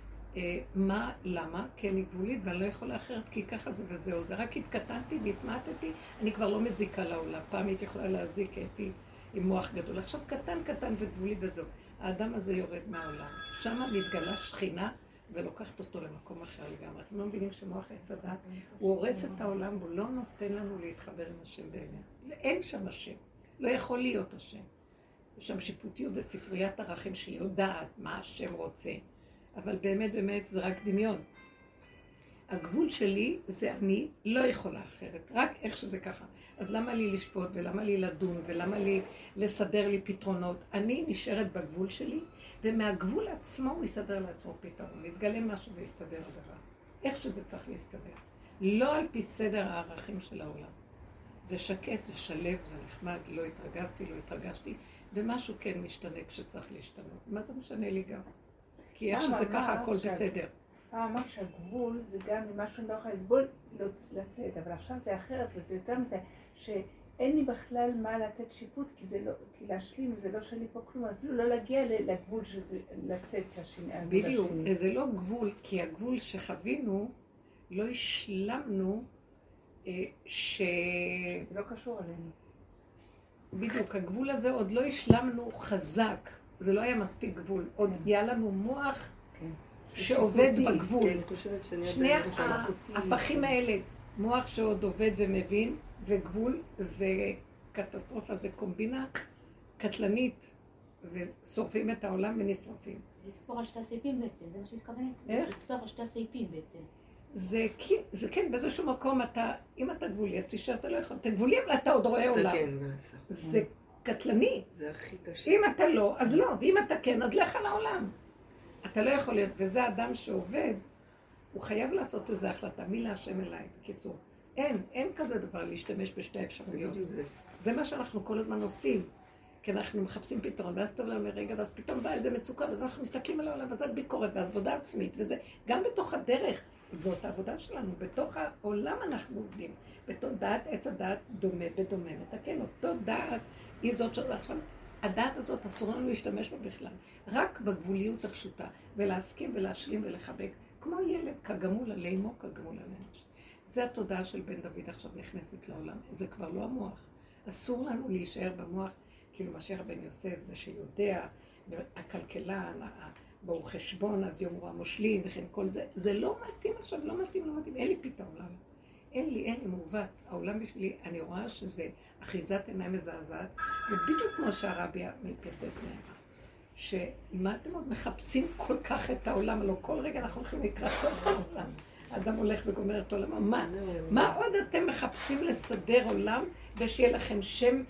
מה, למה? כי אני גבולית ואני לא יכולה אחרת, כי ככה זה וזהו. זה רק התקטנתי והתמעטתי, אני כבר לא מזיקה לעולם. פעם הייתי יכולה להזיק, הייתי עם מוח גדול. עכשיו קטן, קטן וגבולי וזהו. האדם הזה יורד מהעולם. שם מתגלה שכינה ולוקחת אותו למקום אחר לגמרי. אתם לא מבינים שמוח עץ הדת, הוא הורס את העולם, הוא לא נותן לנו להתחבר עם השם באמת. אין שם השם. לא יכול להיות השם. יש שם שיפוטיות וספריית ערכים שיודעת מה השם רוצה. אבל באמת, באמת, זה רק דמיון. הגבול שלי זה אני לא יכולה אחרת, רק איך שזה ככה. אז למה לי לשפוט ולמה לי לדון ולמה לי לסדר לי פתרונות? אני נשארת בגבול שלי, ומהגבול עצמו הוא יסדר לעצמו פתרון. יתגלה משהו ויסתדר הדבר. איך שזה צריך להסתדר. לא על פי סדר הערכים של העולם. זה שקט, זה שלב, זה נחמד, לא התרגשתי, לא התרגשתי, ומשהו כן משתנה כשצריך להשתנות. מה זה משנה לי גם? כי איך שזה ככה הכל בסדר. אמרת שהגבול זה גם משהו לא יכול לסבול לצאת, אבל עכשיו זה אחרת וזה יותר מזה, שאין לי בכלל מה לתת שיפוט, כי זה לא, כי להשלים זה לא שלי פה כלום, אפילו לא להגיע לגבול שזה לצאת כשני. בדיוק, זה לא גבול, כי הגבול שחווינו, לא השלמנו ש... זה לא קשור אלינו. בדיוק, הגבול הזה עוד לא השלמנו חזק, זה לא היה מספיק גבול, עוד היה לנו מוח שעובד בגבול. שני ההפכים האלה, מוח שעוד עובד ומבין, וגבול זה קטסטרופה, זה קומבינה קטלנית, ושורפים את העולם ונשרפים. לספור על שתי סעיפים בעצם, זה מה שמתכוונת? איך? לספור על שתי סעיפים בעצם. זה, זה כן, באיזשהו מקום אתה, אם אתה גבולי, אז תשאר, אתה לא יכול, אתה גבולי, אבל אתה עוד רואה עולם. זה קטלני. זה הכי קשה. אם אתה לא, אז לא, ואם אתה כן, אז לך לעולם. אתה לא יכול להיות, וזה אדם שעובד, הוא חייב לעשות איזו החלטה, מי להשם אליי, בקיצור. אין, אין כזה דבר להשתמש בשתי אפשרויות. זה מה שאנחנו כל הזמן עושים, כי אנחנו מחפשים פתרון, ואז טוב לנו לרגע, ואז פתאום בא איזה מצוקה, ואז אנחנו מסתכלים על העולם, ואז ביקורת, ועבודה עצמית, וזה גם בתוך הדרך, זאת העבודה שלנו, בתוך העולם אנחנו עובדים, בתודעת עץ הדעת דומה בדומה, מתקן אותו דעת, היא זאת שעכשיו, הדעת הזאת אסור לנו להשתמש בה בכלל, רק בגבוליות הפשוטה, ולהסכים ולהשלים ולחבק, כמו ילד, כגמול עלימו, כגמול עלינו. זה התודעה של בן דוד עכשיו נכנסת לעולם, זה כבר לא המוח. אסור לנו להישאר במוח, כאילו משיח בן יוסף זה שיודע, הכלכלן, ברור חשבון, אז יאמרו המושלים וכן כל זה, זה לא מתאים עכשיו, לא מתאים, לא מתאים, אין לי פתאום, למה? אין לי, אין לי מעוות. העולם בשבילי, אני רואה שזה אחיזת עיניים מזעזעת, ובדיוק כמו שהרבי מפרצס נאמר, שמה אתם עוד מחפשים כל כך את העולם, לא כל רגע אנחנו הולכים לקראת סוף העולם. האדם הולך וגומר את עולמו. מה? מה עוד אתם מחפשים לסדר עולם ושיהיה לכם שם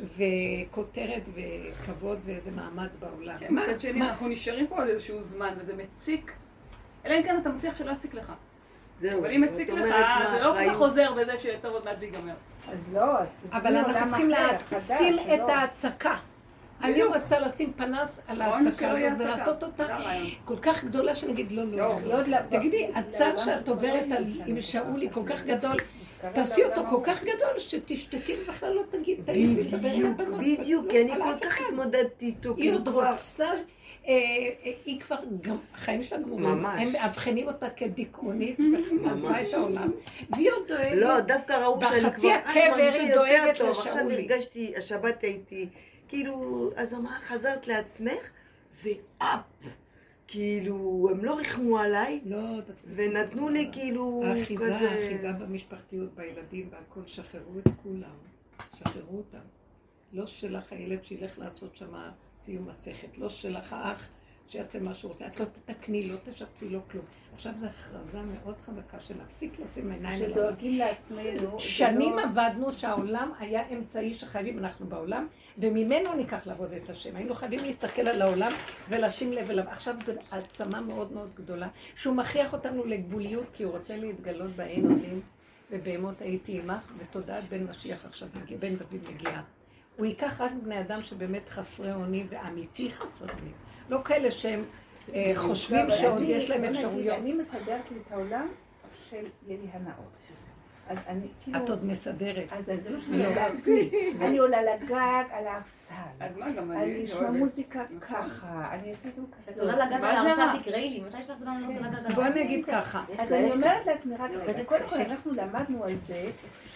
וכותרת וכבוד ואיזה מעמד בעולם? כן, מצד שני, אנחנו נשארים פה עוד איזשהו זמן וזה מציק. אלא אם כן אתה מצליח שלא יציק לך. אבל אם מציק לך, זה לא כל כך חוזר בזה שטוב עוד מעט זה ייגמר. אז לא, אז תביא אבל עולם אנחנו צריכים אחר, להעצים חדש, את שלא. ההצקה. אני רוצה לשים פנס על ההצקה הזאת ולעשות אותה כל כך גדולה שנגיד לא, לא, לא. תגידי, הצער שאת עוברת עם שאולי כל כך גדול, תעשי אותו כל כך גדול שתשתקי ובכלל לא תגיד, תעיזי לדבר עם הבנות. בדיוק, כי אני כל כך התמודדתי איתו. היא עוד רוצה, היא כבר, גם החיים שלה גמורים, הם מאבחנים אותה כדיכאונית ומעזבה את העולם, והיא עוד דואגת, לא, דווקא ראו שאני כבר, בחצי הקבר היא דואגת לשאולי. עכשיו הרגשתי, השבת הייתי, כאילו, אז אמרה, חזרת לעצמך, ואפ, כאילו, הם לא רחמו עליי, ונתנו לי כאילו כזה... האחיזה במשפחתיות, בילדים, והכל, שחררו את כולם, שחררו אותם. לא שלך הילד שילך לעשות שמה סיום מסכת, לא שלך האח שיעשה מה שהוא רוצה, את לא תתקני, לא תשפצי, לא כלום. עכשיו זו הכרזה מאוד חזקה שנפסיק לשים עיניים על העולם. שדואגים לעצמנו. שנים עבדנו שהעולם היה אמצעי שחייבים אנחנו בעולם, וממנו ניקח לעבוד את השם. היינו חייבים להסתכל על העולם ולשים לב אליו. עכשיו זו העצמה מאוד מאוד גדולה, שהוא מכריח אותנו לגבוליות, כי הוא רוצה להתגלות בעין עולים, ובהמות הייתי עמך, ותודעת בן משיח עכשיו מגיע, בן דוד מגיע. הוא ייקח רק בני אדם שבאמת חסרי אונים ואמיתי חסרי אונים. לא כאלה שהם חושבים שעוד יש להם אפשרויות. אני מסדרת לי את העולם של ילי הנאות. אז אני כאילו... את עוד מסדרת. אז זה לא שאני עולה לעצמי. אני עולה לגג על הארסל. אז מה גם אני? אני אשמע מוזיקה ככה. אני אעשה את זה ככה. את עולה לגג על הארסל תקראי לי. מתי יש לך זמן לעלות לגג על הארסל? בוא נגיד ככה. אז אני אומרת לעצמי רק רגע. קודם כל אנחנו למדנו על זה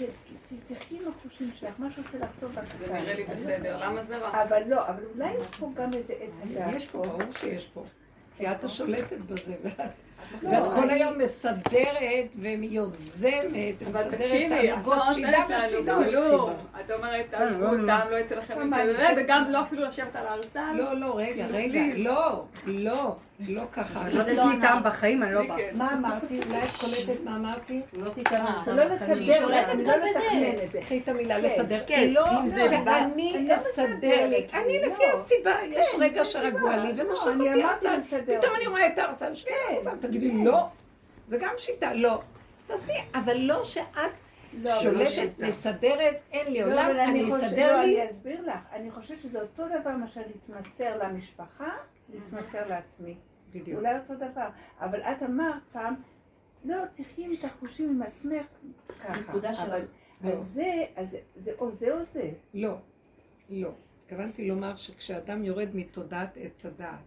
שתחכי עם החושים שלך, מה שעושה לך טוב בקטן. זה נראה לי בסדר. למה זה רע? אבל לא, אבל אולי יש פה גם איזה עץ הדעת. יש פה, ברור שיש פה. כי את השולטת בזה, ואת כל היום מסדרת ויוזמת ומסדרת תענוגות שידה ושידה. את אומרת, תענוגות, טעם לא יצא לכם כזה, וגם לא אפילו לשבת על הארסל. לא, לא, רגע, רגע, לא, לא, לא ככה. לא תתני טעם בחיים, אני לא באה. מה אמרתי? אולי את קולטת מה אמרתי? לא תתאמה. לא לסדר, אני לא לתכנן את זה. קחי את המילה לסדר. כן, לא, אם זה בא. שאני אסדר לי. אני לפי הסיבה, יש רגע שרגוע לי ומשך אותי ארסל. פתאום אני רואה את הארסל שלי. תגידי, לא. זה גם שיטה, לא. תעשי, אבל לא שאת שולטת, מסדרת, אין לי עולם, אני אסדר לי. אני אסביר לך. אני חושבת שזה אותו דבר מה להתמסר למשפחה, להתמסר לעצמי. בדיוק. אולי אותו דבר. אבל את אמרת פעם, לא, צריכים את החושים עם עצמך ככה. אבל זה, זה או זה או זה. לא, לא. התכוונתי לומר שכשאדם יורד מתודעת עץ הדעת,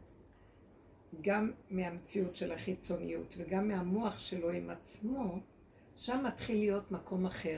גם מהמציאות של החיצוניות וגם מהמוח שלו עם עצמו, שם מתחיל להיות מקום אחר.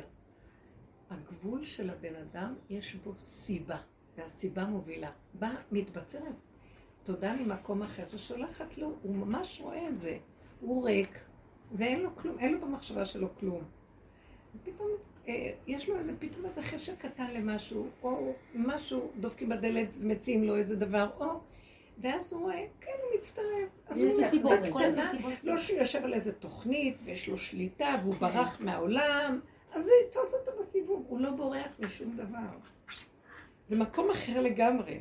הגבול של הבן אדם יש בו סיבה, והסיבה מובילה. בה מתבצרת תודה ממקום אחר ששולחת לו, הוא ממש רואה את זה. הוא ריק, ואין לו כלום, אין לו במחשבה שלו כלום. ופתאום אה, יש לו איזה, פתאום איזה חשק קטן למשהו, או משהו, דופקים בדלת ומציעים לו איזה דבר, או... ואז הוא רואה, כן, הוא מצטרף. אז הוא מסיבות, בקטנה, לא שהוא יושב על איזה תוכנית ויש לו שליטה והוא ברח מהעולם, אז זה יתפוס אותו בסיבוב, הוא לא בורח משום דבר. זה מקום אחר לגמרי.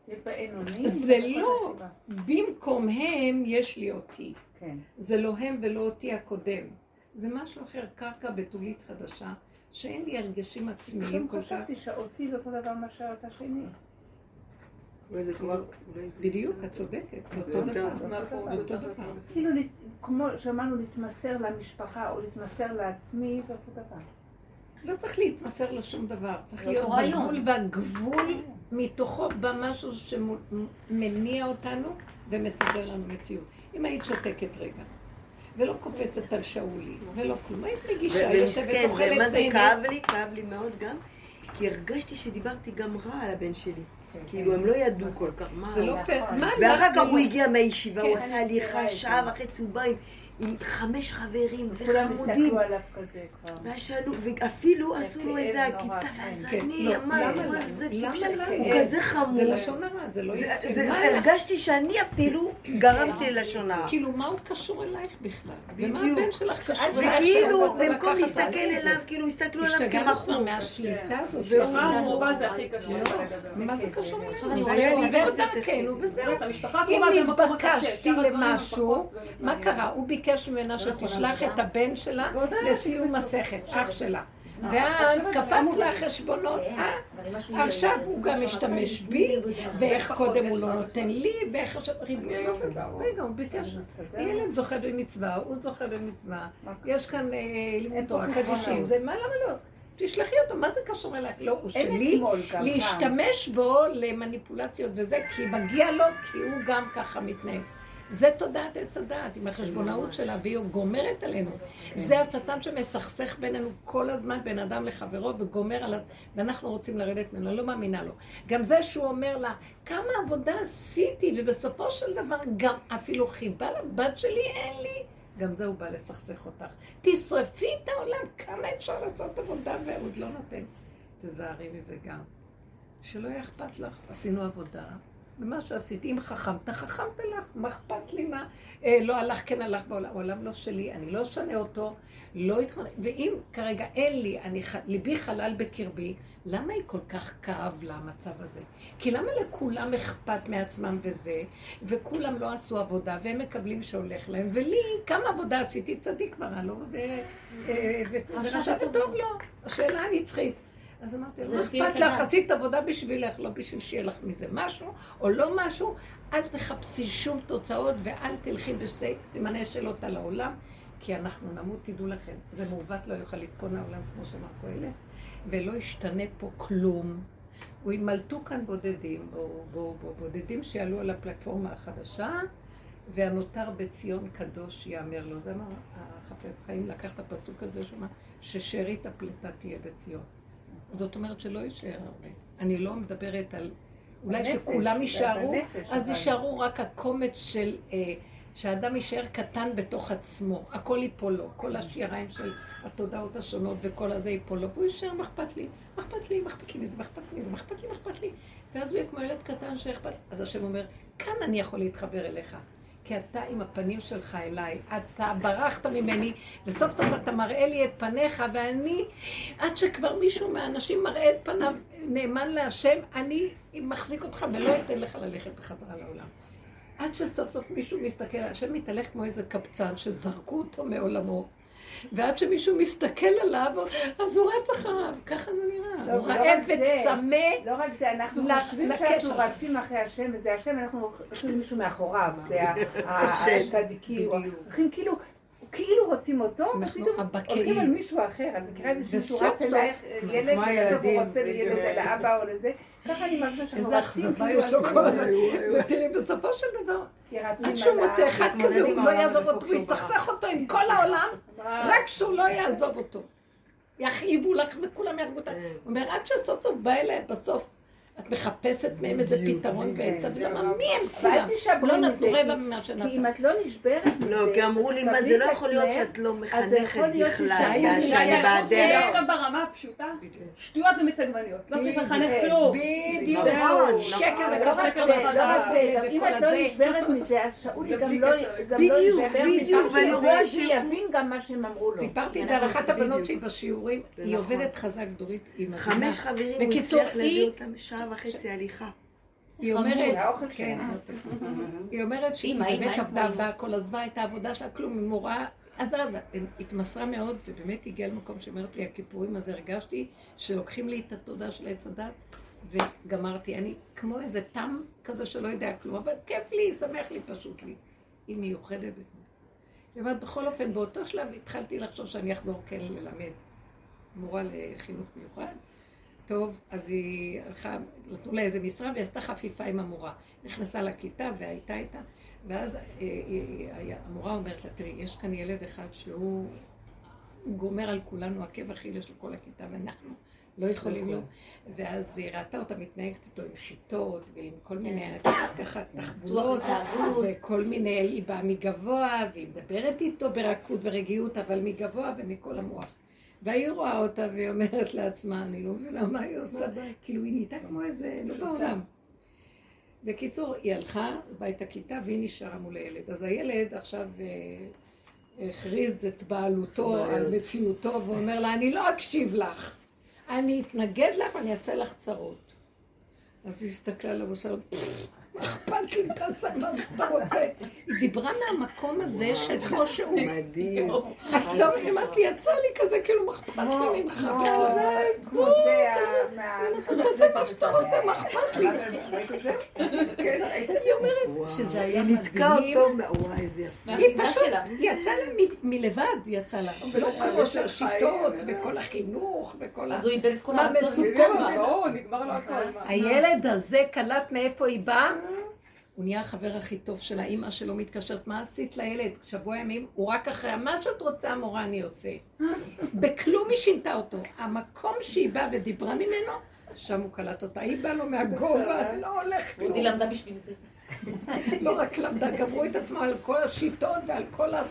זה לא, במקום הם יש לי אותי. זה לא הם ולא אותי הקודם. זה משהו אחר, קרקע בתולית חדשה, שאין לי הרגשים עצמיים כל כך. חשבתי שאותי זה אותו דבר מה שאתה שני. אולי זה כבר... בדיוק, את צודקת, זה אותו דבר. זה אותו דבר. כאילו, כמו שאמרנו, להתמסר למשפחה או להתמסר לעצמי, זה אותו דבר. לא צריך להתמסר לשום דבר, צריך להיות בגבול, והגבול מתוכו בא משהו שמניע אותנו ומסדר לנו מציאות. אם היית שותקת רגע, ולא קופצת על שאולי, ולא כלום, היית מגישה, יושבת, אוכלת ומה זה כאב לי? כאב לי מאוד גם, כי הרגשתי שדיברתי גם רע על הבן שלי. כאילו, הם לא ידעו כל כך מה. זה לא פייר. ואחר כך הוא הגיע מהישיבה, הוא עשה הליכה, שעה וחצי, הוא בא עם עם חמש חברים כולם וחמודים. הסתכלו עליו כזה כבר. והשאלו, ואפילו זה עשו לו כאב איזה נורא, עקיצה, כן. ואז כן, אני לא, אמרתי, למה מה לנו? זה למה טיפש, לנו? הוא כזה חמור. זה לשון הרע, זה לא זה- יפה. זה- מה לך? הרגשתי שאני אפילו גרמתי ללשון הרע. כאילו, מה הוא קשור אלייך בכלל? ומה בדיוק. הבן שלך קשור אלייך? וכאילו, שהוא רוצה במקום לקחת להסתכל על זה? אליו, כאילו הסתכלו עליו השתגענו כבר כמחור. מהשליטה הזאת. משפחה הקרובה זה הכי קשה. מה זה קשור עכשיו אלינו? אני והיה רואה לי עובר עוד יותר דרכנו וזהו. המשפחה אם הקרובה זה המקום הקשה. נתבקשתי שאר הדברים למשהו, פחות באמת מה מעניין. קרה? הוא ביקש ממנה שתשלח את הבן שלה לסיום מסכת, אח שלה. אה, ואז עכשיו קפץ אתה- לה חשבונות, כן, אה, אבל אם משהו עכשיו יהיה- הוא זה גם עכשיו משתמש אתה- בי, ואיך פחות קודם יש הוא לא לך. נותן לי, ואיך עכשיו ריבוי. אני לא יודעת. רגע, הוא ביקש. הילד זוכה במצווה, הוא זוכה במצווה. יש כאן אה, לימוד תורה, קדישים, זה מה, למה לא? תשלחי אותו, מה זה קשור אליך? לא, הוא אין שלי, אתמול גם, להשתמש בו למניפולציות וזה, כי מגיע לו, כי הוא גם ככה מתנהג. זה תודעת עץ הדעת, עם החשבונאות שלה, והיא גומרת עלינו. זה השטן שמסכסך בינינו כל הזמן, בין אדם לחברו, וגומר עליו, ואנחנו רוצים לרדת ממנו, לא מאמינה לו. גם זה שהוא אומר לה, כמה עבודה עשיתי, ובסופו של דבר גם אפילו חיבה לבת שלי אין לי, גם זה הוא בא לסכסך אותך. תשרפי את העולם, כמה אפשר לעשות עבודה ועוד לא נותן. תזהרי מזה גם. שלא יהיה אכפת לך, עשינו עבודה. ומה שעשית, אם חכמת, חכמת לך, מה אכפת לי מה? אה, לא הלך, כן הלך בעולם, העולם לא שלי, אני לא אשנה אותו, לא התחמד... ואם כרגע אין לי, אני, ליבי חלל בקרבי, למה היא כל כך כאב למצב הזה? כי למה לכולם אכפת מעצמם וזה, וכולם לא עשו עבודה, והם מקבלים שהולך להם, ולי, כמה עבודה עשיתי צדיק כבר, לא? ורשת טוב לו, השאלה הנצחית. אז אמרתי, לא אכפת לך, עשית עבודה בשבילך, לא בשביל שיהיה לך מזה משהו, או לא משהו, אל תחפשי שום תוצאות, ואל תלכי בסימני שאלות על העולם, כי אנחנו נמות, תדעו לכם. זה מעוות לא יוכל לתקון העולם, כמו שאמר קהלת, ולא ישתנה פה כלום. הוא ימלטו כאן בודדים, בו, בו, בו, בודדים שיעלו על הפלטפורמה החדשה, והנותר בציון קדוש יאמר לו. זה אמר החפץ חיים, לקח את הפסוק הזה, שאומר, ששארית הפליטה תהיה בציון. זאת אומרת שלא יישאר הרבה. אני לא מדברת על... אולי שכולם יישארו, אז יישארו רק הקומץ של... שהאדם יישאר קטן בתוך עצמו. הכל ייפול לו, כל השיריים של התודעות השונות וכל הזה ייפול לו, והוא יישאר, מה אכפת לי? מה אכפת לי? מה אכפת לי? מה אכפת לי? מה אכפת לי? מה אכפת לי? ואז הוא יהיה כמו ילד קטן שאכפת לי. אז השם אומר, כאן אני יכול להתחבר אליך. כי אתה עם הפנים שלך אליי, אתה ברחת ממני, וסוף סוף אתה מראה לי את פניך, ואני, עד שכבר מישהו מהאנשים מראה את פניו נאמן להשם, אני מחזיק אותך ולא אתן לך ללכת בחזרה לעולם. עד שסוף סוף מישהו מסתכל, השם מתהלך כמו איזה קבצן שזרקו אותו מעולמו, ועד שמישהו מסתכל עליו, אז הוא רץ אחריו, ככה זה נראה. הוא רעב וצמא. לא רק זה, אנחנו חושבים שאנחנו רצים אחרי השם, וזה השם, אנחנו חושבים מישהו מאחוריו, זה הצדיקים. הולכים כאילו, כאילו רוצים אותו, ופתאום הולכים על מישהו אחר. את מכירה איזה שהוא רץ אלייך ילד, ובסוף הוא רוצה לילד על האבא או לזה. ככה אני מרגישה שאנחנו רצים. איזה אכזבה יש לו כל הזמן. ותראי, בסופו של דבר, עד שהוא מוצא אחד כזה, הוא לא יעזוב אותו, הוא יסכסך אותו עם כל העולם, רק שהוא לא יעזוב אותו. יכאיבו לך וכולם ירגו אותה. הוא אומר, עד שהסוף סוף בא אליה בסוף, את מחפשת מהם איזה פתרון ועצה, ולמה מי הם כולם? לא נתנו רבע ממה שנתנו. כי אם את לא נשברת מזה, לא, כי אמרו לי, מה זה לא יכול להיות שאת לא מחנכת בכלל, שאני בעדך. יש גם ברמה הפשוטה, שטויות ומצגמניות, לא צריך לחנך כלום. בדיוק, שקר וקר זה, אם את לא נשברת מזה, אז שאולי גם לא בדיוק, בדיוק, ואני רואה שהוא יבין גם מה שהם אמרו לו. סיפרתי את זה על אחת הבנות שהיא בשיעורים, היא עובדת חזק דורית, היא מבינה. חמש חברים, הוא הצליח להביא אותם שעה וחצי הליכה. היא אומרת, כן, היא אומרת שהיא באמת עבדה עבדה, כל עזבה את העבודה שלה, כלום, היא מורה, אז התמסרה מאוד, ובאמת הגיעה למקום שאומרת לי, הכיפורים, אז הרגשתי שלוקחים לי את התודה של עץ הדת, וגמרתי, אני כמו איזה תם כזה שלא יודע כלום, אבל כיף לי, שמח לי, פשוט לי. היא מיוחדת בפני. היא אומרת, בכל אופן, באותו שלב התחלתי לחשוב שאני אחזור כן ללמד מורה לחינוך מיוחד. טוב, אז היא הלכה, נתנו לה איזה משרה והיא עשתה חפיפה עם המורה. נכנסה לכיתה והייתה איתה, ואז המורה אומרת לה, תראי, יש כאן ילד אחד שהוא הוא גומר על כולנו, עקב אכיל יש לו כל הכיתה, ואנחנו לא יכולים לו. ואז היא ראתה אותה מתנהגת איתו עם שיטות, ועם כל מיני ככה תחבולות, וכל מיני, היא באה מגבוה, והיא מדברת איתו ברכות ורגיעות, אבל מגבוה ומכל המוח. והיא רואה אותה והיא אומרת לעצמה, אני לא מבינה מה היא עושה, כאילו היא נהייתה כמו איזה, לא בעולם. בקיצור, היא הלכה, באה את הכיתה והיא נשארה מול הילד. אז הילד עכשיו הכריז את בעלותו על מציאותו ואומר לה, אני לא אקשיב לך, אני אתנגד לך ואני אעשה לך צרות. אז היא הסתכלה עליו ועושה לו, אכפת לי, תעשה מה שאתה רוצה. היא דיברה מהמקום הזה של כמו שהוא. מדהים. עכשיו היא אמרת לי, יצא לי כזה, כאילו, אכפת לי ממך בכלל. כמו זה, תעשה מה שאתה רוצה, מה אכפת לי? היא אומרת שזה היה מדהים. היא נתקעה אותו, וואי, איזה יפה. היא פשוט, היא יצאה לה מלבד, היא יצאה לה. לא כמו שהשיטות וכל החינוך וכל ה... אז הוא איבד את כל המצוקות. נגמר לו הכל. הילד הזה קלט מאיפה היא באה. הוא נהיה החבר הכי טוב שלה, אמא שלו מתקשרת, מה עשית לילד? שבוע ימים, הוא רק אחרי, מה שאת רוצה, המורה, אני עושה. בכלום היא שינתה אותו. המקום שהיא באה ודיברה ממנו, שם הוא קלט אותה. היא באה לו מהגובה, לא הולך כלום. היא למדה בשביל זה. לא רק למדה, גמרו את עצמה על כל השיטות ועל כל ה...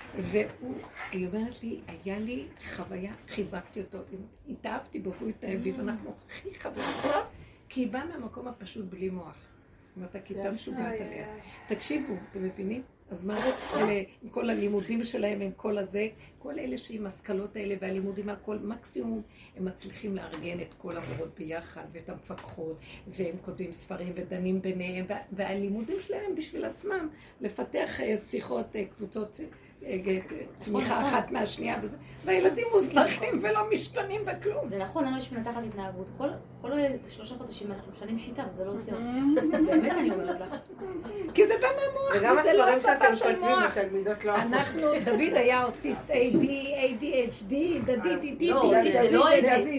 והיא אומרת לי, היה לי חוויה, חיבקתי אותו, התאהבתי בו, והוא התאהב בי, ואנחנו הכי חברים, כי היא באה מהמקום הפשוט בלי מוח. זאת אומרת, הכיתה משוגעת עליה. תקשיבו, אתם מבינים? אז מה אלה, עם כל הלימודים שלהם, עם כל הזה, כל אלה שעם השכלות האלה והלימודים, הכל מקסימום, הם מצליחים לארגן את כל המורות ביחד, ואת המפקחות, והם כותבים ספרים ודנים ביניהם, והלימודים שלהם הם בשביל עצמם, לפתח שיחות, קבוצות, תמיכה אחת מהשנייה, והילדים מוזנחים ולא משתנים בכלום. זה נכון, לנו יש מנתחת התנהגות. כל שלושה חודשים אנחנו משנים שיטה, וזה לא עוזר. באמת אני אומרת לך. כי זה בא מהמוח, וזה לא שפה של מוח. אנחנו, דוד היה אוטיסט, איי די אייץ' די, דוד, די, לא, זה לא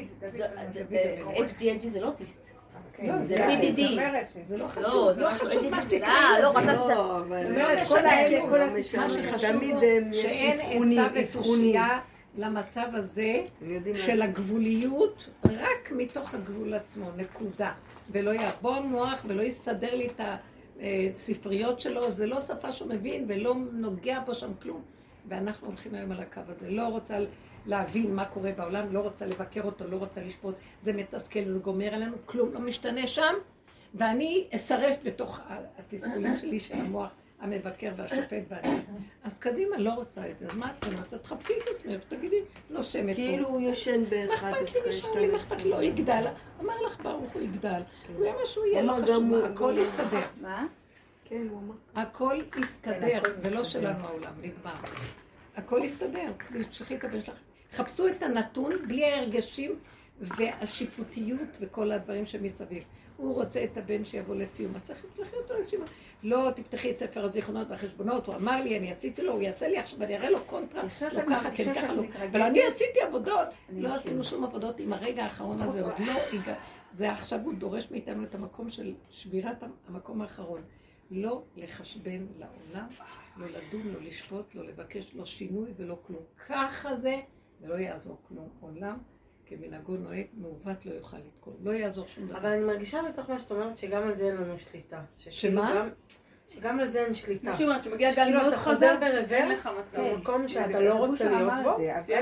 אייץ' די אייץ' די זה לא אוטיסט. זה פי די די. זה לא חשוב, לא חשוב מה שתקרא. לא, חשבתי ש... לא משנה, מה שחשוב הוא שאין עצה ותושייה למצב הזה של הגבוליות, רק מתוך הגבול עצמו, נקודה. ולא יעבור מוח ולא יסדר לי את הספריות שלו, זה לא שפה שהוא מבין ולא נוגע בו שם כלום. ואנחנו הולכים היום על הקו הזה, לא רוצה להבין מה קורה בעולם, לא רוצה לבקר אותו, לא רוצה לשפוט, זה מתסכל, זה גומר עלינו, כלום לא משתנה שם, ואני אשרף בתוך התסכולים שלי של המוח המבקר והשופט ואני. אז קדימה, לא רוצה את זה, אז מה את רוצה? תחבקי את עצמך, תגידי, נושמת פה. כאילו הוא יושן ב-אחת עשרה שתיים עשרה. מחפת לא יגדל, אמר לך ברוך הוא יגדל, הוא יהיה משהו, יהיה לא חשוב, הכל יסתדר. מה? כן, הוא אמר. הכל יסתדר, זה לא שלנו העולם, נגמר. הכל יסתדר, תשכחי את הבן שלך. חפשו את הנתון בלי ההרגשים והשיפוטיות וכל הדברים שמסביב. הוא רוצה את הבן שיבוא לסיום, אז תפתחי אותו לסיום. לא תפתחי את ספר הזיכרונות והחשבונות, הוא אמר לי, אני עשיתי לו, הוא יעשה לי עכשיו, אני אראה לו קונטרה, לא ככה, כן, ככה לא. אבל אני עשיתי עבודות. לא עשינו שום עבודות עם הרגע האחרון הזה, עוד לא הגע. זה עכשיו הוא דורש מאיתנו את המקום של שבירת המקום האחרון. לא לחשבן לעולם, לא לדון, לא לשפוט, לא לבקש, לא שינוי ולא כלום. ככה זה, ולא יעזור כלום. עולם, כמנהגו נוהג, מעוות לא יוכל לתקון. לא יעזור שום דבר. אבל אני מרגישה בתוך מה שאת אומרת שגם על זה אין לנו שליטה. שמה? שגם על זה אין שליטה. משהו אומרת, שמגיע גל מאוד חזר, אין לך מצב. במקום שאתה לא רוצה להיות בו,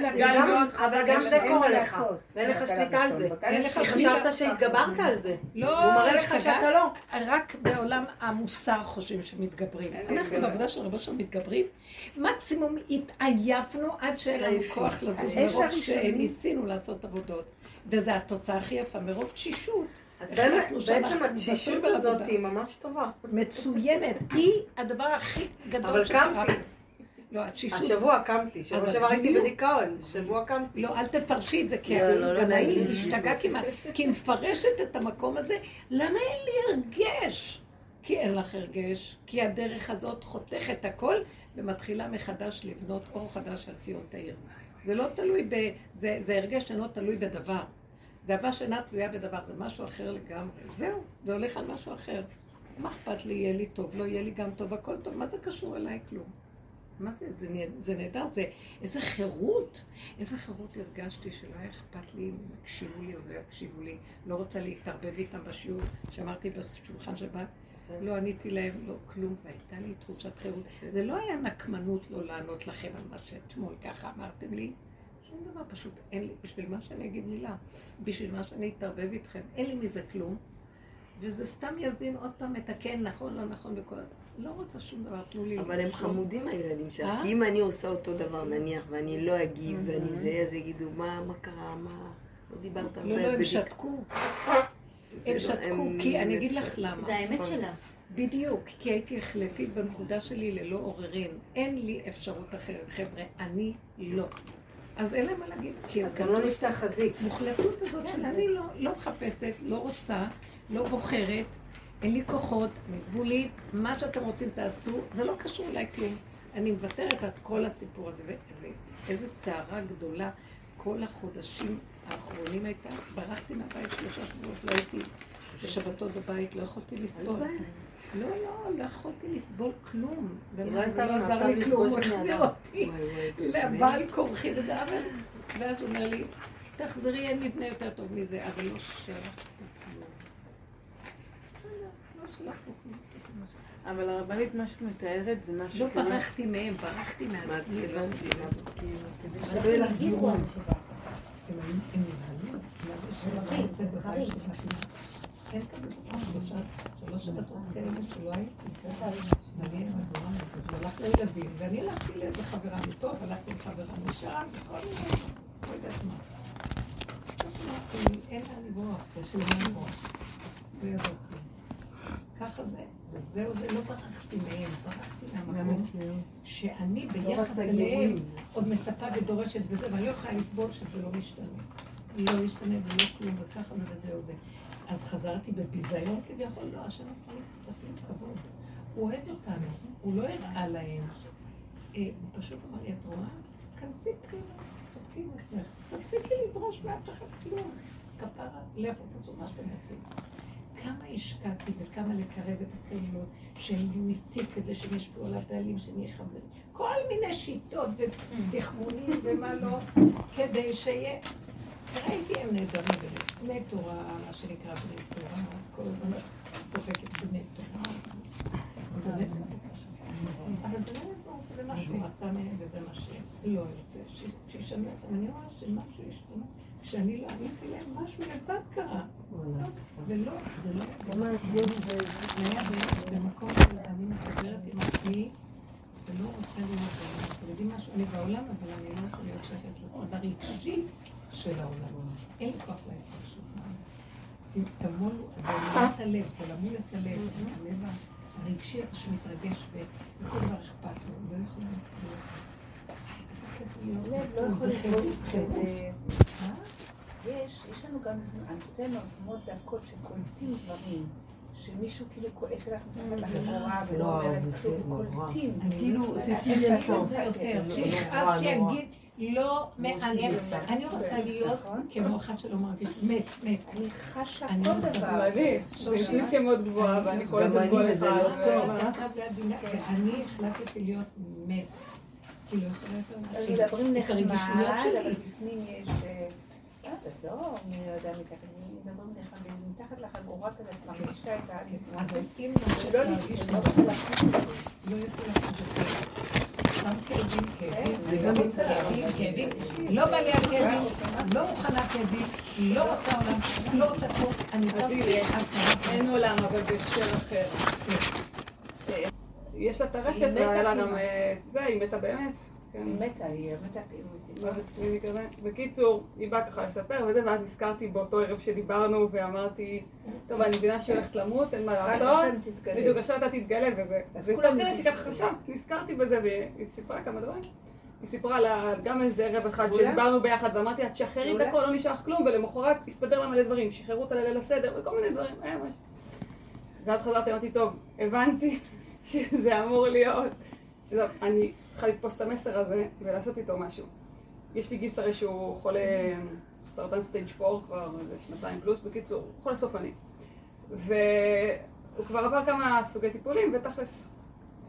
אבל גם זה שאין קורה מה לך. לעשות. ואין לך שליטה על זה. אין לך כי שליטה. חשבת שהתגברת על זה. לא, הוא מראה לך השתגעת. שאתה לא. רק בעולם המוסר חושבים שמתגברים. אנחנו בעבודה של רבו שם מתגברים. מקסימום התעייפנו עד שאין לנו כוח לזוז מרוב שניסינו לעשות עבודות. וזו התוצאה הכי יפה, מרוב תשישות. אז בעצם התשישות הזאת היא ממש טובה. מצוינת. היא הדבר הכי גדול אבל שקרה. קמתי. לא, התשישות. השבוע קמתי. שבוע אז שעבר הייתי בדיוק. בדיכאון. שבוע קמתי. לא, אל תפרשי את זה, כי לא, לא, לא, גם לא, אני לא, השתגעה כמעט, כי היא מפרשת את המקום הזה, למה אין לי הרגש? כי אין לך הרגש, כי הדרך הזאת חותכת הכל, ומתחילה מחדש לבנות אור חדש על ציון תאיר. זה לא תלוי ב... זה, זה הרגש שאינו תלוי בדבר. זה אהבה שאינה תלויה בדבר, זה משהו אחר לגמרי. זהו, זה הולך על משהו אחר. מה אכפת לי, יהיה לי טוב, לא יהיה לי גם טוב, הכל טוב, מה זה קשור אליי? כלום. מה זה? זה, זה נהדר, זה איזה חירות, איזה חירות הרגשתי שלא היה אכפת לי אם יקשיבו לי או לא יקשיבו לי, לא רוצה להתערבב איתם בשיעור, שאמרתי בשולחן שבת, לא עניתי להם, לא כלום, והייתה לי תחושת חירות. זה לא היה נקמנות לא לענות לכם על מה שאתמול ככה אמרתם לי, שום דבר פשוט, אין לי, בשביל מה שאני אגיד מילה, בשביל מה שאני אתערבב איתכם, אין לי מזה כלום, וזה סתם יזין עוד פעם את הכן, נכון, לא נכון, וכל הדבר. לא רוצה שום דבר, תנו לי... אבל הם חמודים הילדים שלך, כי אם אני עושה אותו דבר נניח, ואני לא אגיב, ואני זה, אז יגידו, מה קרה, מה... לא דיברת הרבה... לא, לא, הם שתקו. הם שתקו, כי אני אגיד לך למה. זה האמת שלה. בדיוק, כי הייתי החלטית בנקודה שלי ללא עוררין. אין לי אפשרות אחרת, חבר'ה, אני לא. אז אין להם מה להגיד. אז גם לא נפתח חזית. מוחלטות הזאת של אני לא מחפשת, לא רוצה, לא בוחרת, אין לי כוחות, מגבולית, מה שאתם רוצים תעשו, זה לא קשור אליי כלום. אני מוותרת את כל הסיפור הזה, ואיזו סערה גדולה, כל החודשים האחרונים הייתה, ברחתי מהבית שלושה שבועות, לא הייתי בשבתות בבית, לא יכולתי לסבול. לא, לא, לא יכולתי לסבול כלום. ומה, זה לא עזר לי כלום, הוא החזיר אותי לבעל כורחי וזה, אבל... ואז הוא אומר לי, תחזרי, אין מבנה יותר טוב מזה, אבל לא שלחתי כלום. לא שלחתי כלום. אבל הרבנית, מה שאת מתארת זה משהו... לא ברחתי מהם, ברחתי מעצמי. שלא יהיה לך גירון. הם נבהלים. חברים, חברים. אין כזה שלושה, שלוש שבתות כאלה שלא הייתי. מעניין, הלכתי לילדים, ואני הלכתי לאיזה חברה מפה, והלכתי לחברה משם, וכל מיני, לא יודעת מה. אין לה לברוח, יש לי מה לברוח. לא ידעתי. ככה זה, וזהו זה, לא ברחתי מהם, ברחתי מהמקום שאני ביחס אליהם עוד מצפה ודורשת וזה, ואני לא יכולה לסבול שזה לא משתנה. לא משתנה ולא כלום, וככה זה וזהו זה. אז חזרתי בביזיון כביכול, לא, השם עשה לי קצתים כבוד. הוא אוהב אותנו, הוא לא הראה להם. הוא פשוט אמר לי, את רואה? כנסי פנימה, תחכי עם עצמך. תפסיקי לדרוש מאף אחד כלום. כפרה, לכו תעשו מה שאתם רוצים. כמה השקעתי וכמה לקרב את הקהילות שהם יהיו איתי כדי שהם ישפיעו על הבעלים שנהיה חברים. כל מיני שיטות ותחמונים ומה לא, כדי שיהיה... ראיתי הם נהדרים בני תורה, מה שנקרא בני תורה, כל הזמן צופקת בני תורה. אבל זה לא יעזור, זה מה שהוא רצה מהם וזה מה שלא יוצא, שישנו אותם. אני רואה שמשהו ישתנה. כשאני לא עניתי להם, משהו לבד קרה. ולא, זה לא... זה היה במקום שאני מדברת עם עצמי, ולא רוצה להיות בעולם. אתם יודעים משהו? אני בעולם, אבל אני לא רוצה להיות שייכת לצד הרגשי של העולם. אין לי כוח להתרגשות. תמולו, תמולו את הלב, תלמו את הלב, הלב הרגשי הזה שמתרגש וכל דבר אכפת לו, לא יכולה לסבול. איזה כיף להיות. לא יכול לסבול אתכם. יש, יש לנו גם אנטנות מאוד דקות שקולטים דברים, שמישהו כאילו כועס עליך מצטרף לך גורע ולא אומרת כלום, קולטים. כאילו, זה סימן סוף. שיכאב שיגיד, לא מעניין. אני רוצה להיות כמו אחד שלא מרגיש, מת, מת. אני חשה כל דבר. אני, אינטואיציה מאוד גבוהה, ואני יכולה את כל אחד. ואני החלטתי להיות מת. כאילו, יכולה מדברים נחמד, אבל בפנים יש... לא, אני לא יודע מתחת, אני מדברים נחמד, מתחת לחגורה כזאת, מרגישה את אבל אם לא להרגיש לא רוצה להרגיש לא יוצא לך שם כאבים, כאבים, כאבים, לא בא לי על כאבים, לא מוכנה כאבים, לא רוצה עולם, לא רוצה פה, אני שמתי אין עולם, אבל בהקשר אחר. יש לה את הרשת, והיה לה גם זה, היא מתה באמת. היא מתה, היא מתה כאילו מסיבה. בקיצור, היא באה ככה לספר וזה, ואז נזכרתי באותו ערב שדיברנו ואמרתי, טוב, אני מבינה שהיא הולכת למות, אין מה לעשות. בדיוק, עכשיו אתה תתגלה וזה. ותוך כדי שככה חשב, נזכרתי בזה, והיא סיפרה כמה דברים. היא סיפרה לה גם איזה ערב אחד שדיברנו ביחד, ואמרתי, את שחררי את הכל, לא נשאר כלום, ולמחרת הסתדר לה מלא דברים, שחררו אותה לליל הסדר וכל מיני דברים, היה משהו. ואז חזרתי, אמרתי, טוב, הבנתי שזה אמור להיות. אני צריכה לתפוס את המסר הזה ולעשות איתו משהו. יש לי גיס הרי שהוא חולה סרטן סטייג' פור כבר שנתיים פלוס, בקיצור, הוא חולה סופני. והוא כבר עבר כמה סוגי טיפולים, ותכלס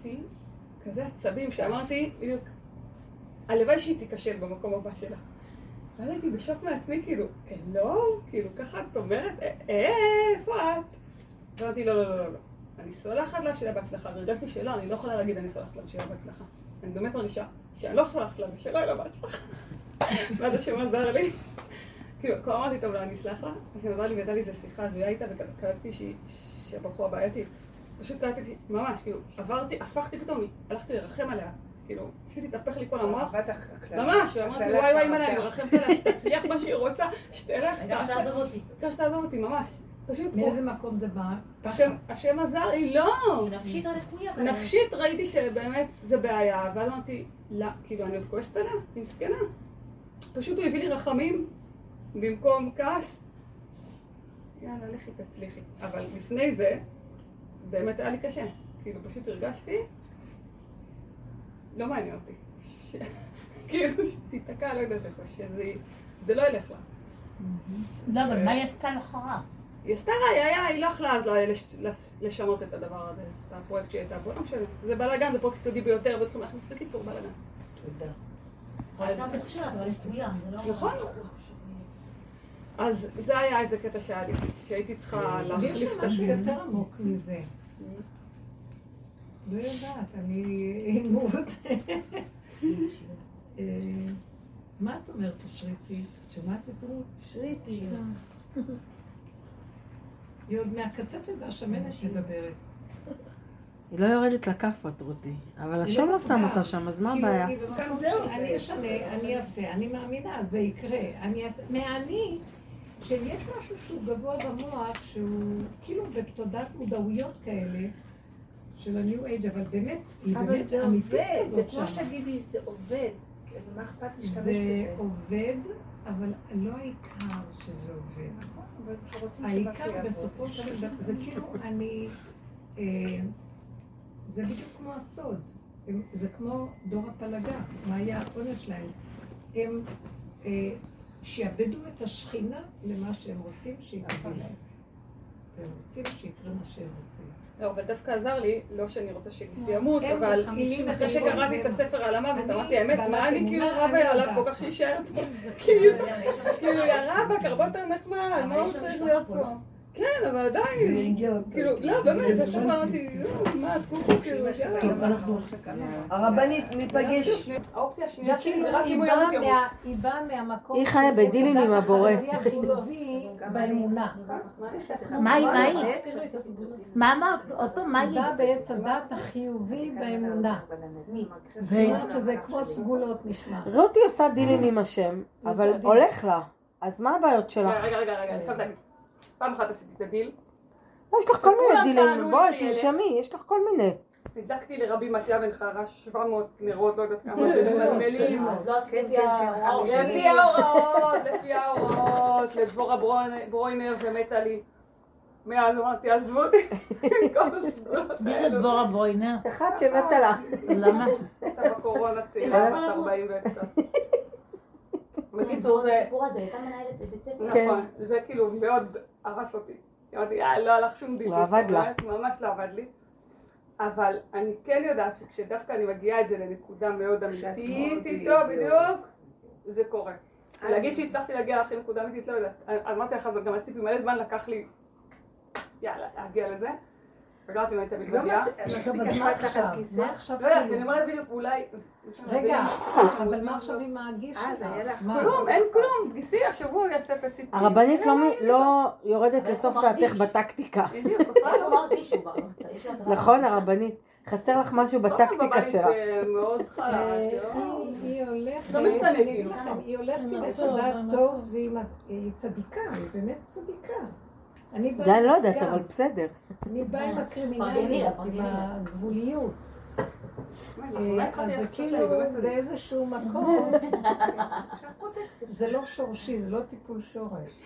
הרגשתי כזה עצבים שאמרתי, בדיוק, הלוואי שהיא תיכשל במקום הבא שלה. ואז הייתי בשוק מעצמי, כאילו, כן, לא, כאילו, ככה את אומרת, איפה את? ואמרתי, לא, לא, לא, לא, לא. אני סולחת לה שיהיה בהצלחה, והרגשתי שלא, אני לא יכולה להגיד אני סולחת לה שיהיה בהצלחה. אני באמת מרגישה שאני לא סולחת לה ושלא יהיה לה בהצלחה. ואז השם עזר לי. כאילו, כבר אמרתי, טוב, לא, אני אסלח לה. השם עזר לי והייתה לי איזו שיחה, אז היא הייתה וקלטתי שהבחורה בעייתית. פשוט קלטתי, ממש, כאילו, עברתי, הפכתי פתאום, הלכתי לרחם עליה. כאילו, פשוט התהפך לי כל המוח. ממש, ואמרתי, וואי וואי מנה, אני מרחמת עליה, שתצליח מה שהיא רוצה, שתלך, שתעזוב אותי. שתעזוב אותי, ממש. פשוט מאיזה מקום זה בא? השם עזר לי, לא! היא נפשית הרפויה. נפשית ראיתי שבאמת זה בעיה, ואז אמרתי, לא, כאילו אני עוד כועסת עליה, היא מסכנה. פשוט הוא הביא לי רחמים במקום כעס. יאללה, לכי תצליחי. אבל לפני זה, באמת היה לי קשה. כאילו פשוט הרגשתי, לא מעניין אותי. כאילו שתיתקע, לא יודעת איפה, שזה לא ילך לה. לא, אבל מה היא עשתה לך רע? היא עשתה רע, היא לא יכלה אז לשנות את הדבר הזה, את הפרויקט שהיא הייתה בו, לא משנה. זה בלגן, זה פרויקט סודי ביותר, וצריכים להכניס בקיצור בלגן. תודה. הייתה בקשה, אבל היא תלויה, זה לא... נכון. אז זה היה איזה קטע שהיה לי, שהייתי צריכה להחליף את משהו עצמי. יותר עמוק מזה. לא יודעת, אני אימות. מה את אומרת, שריטי? את שמעת את רות? שריטי. היא עוד מהקצפת והשמנת מדברת. היא לא יורדת לכאפות, רותי, אבל השם לא שם אותה שם, אז מה הבעיה? גם זהו, אני אשנה, אני אעשה, אני מאמינה, זה יקרה. אני אעשה, מהאני, שיש משהו שהוא גבוה במוח, שהוא כאילו בתודעת מודעויות כאלה, של הניו אייג', אבל באמת, היא באמת אמיתית כזאת זה שם. כמו שתגידי, זה עובד, ומה אכפת להשתמש זה בזה? עובד, אבל לא העיקר שזה עובד. העיקר בסופו של דבר, זה כאילו אני, זה בדיוק כמו הסוד, זה כמו דור הפלגה, מה היה העונש שלהם? הם שיעבדו את השכינה למה שהם רוצים שיקבלו להם. והם רוצים שיקרה מה שהם רוצים. לא, אבל דווקא עזר לי, לא שאני רוצה שגיסי ימות, אבל אחרי שקראתי את הספר על המוות, אמרתי, האמת, מה אני כאילו רבה עליו כל כך שישאר פה? כאילו, יא רבק, הרבה יותר נחמד, מה הוא צריך להיות פה? כן, אבל עדיין, כאילו, לא, באמת, בסוף אמרתי, מה, תקופו, כאילו, טוב, אנחנו... הרבנית, ניפגש. האופציה השנייה שלי זה רק אם הוא ימות ימות. היא באה מהמקום... היא חיה בדילים עם הבורא. החיובי באמונה. מה היא? מה היא? מה אמרת? עוד פעם, מה היא? היא באה בעץ הדת החיובי באמונה. זאת אומרת שזה כמו סגולות נשמע. רותי עושה דילים עם השם, אבל הולך לה. אז מה הבעיות שלך? רגע, רגע, רגע, אני חייבת להגיד. פעם אחת עשיתי את הדיל. לא, יש לך כל מיני דילים. בואי, תנשמי, יש לך כל מיני. נדלקתי לרבי מתיה בן חרש, שבע מאות נרות, לא יודעת כמה זה מלמלים. אז לא עשית לפי ההוראות. לפי ההוראות, לפי ההוראות, לדבורה ברוינר ומתה לי. מאז אמרתי, עזבו אותי. מי זה דבורה ברוינר? אחד שמתה לך. למה? הייתה בקורונה צעירה, בת ארבעים וקצת. בקיצור זה... הסיפור הזה, הייתה מנהלת בית ספר. נכון, זה כאילו מאוד הרס אותי. אמרתי, לא הלך שום דיל. לא עבד לה. ממש לא עבד לי. אבל אני כן יודעת שכשדווקא אני מגיעה את זה לנקודה מאוד אמיתית איתו בדיוק, זה קורה. להגיד שהצלחתי להגיע להכי נקודה אמיתית, לא יודעת. אמרתי לך, גם הציפי מלא זמן לקח לי, יאללה, להגיע לזה. רגעתי מה הייתה מתמגיעה. אז מה עכשיו? מה עכשיו? לא יודעת, אני אומרת בדיוק, אולי... רגע, אבל מה עכשיו עם הגיש שלך? כלום, אין כלום. גיסי השבוע יעשה פציפי. הרבנית לא יורדת לסוף דעתך בטקטיקה. נכון, הרבנית. חסר לך משהו בטקטיקה שלה. מאוד חלש. היא הולכת, לא משתנה כאילו. היא הולכת בתודעת טוב והיא צדיקה, היא באמת צדיקה. זה אני לא יודעת, אבל בסדר. אני באה עם הקרימינליות, עם הגבוליות. אז זה כאילו באיזשהו מקום, זה לא שורשי, זה לא טיפול שורש.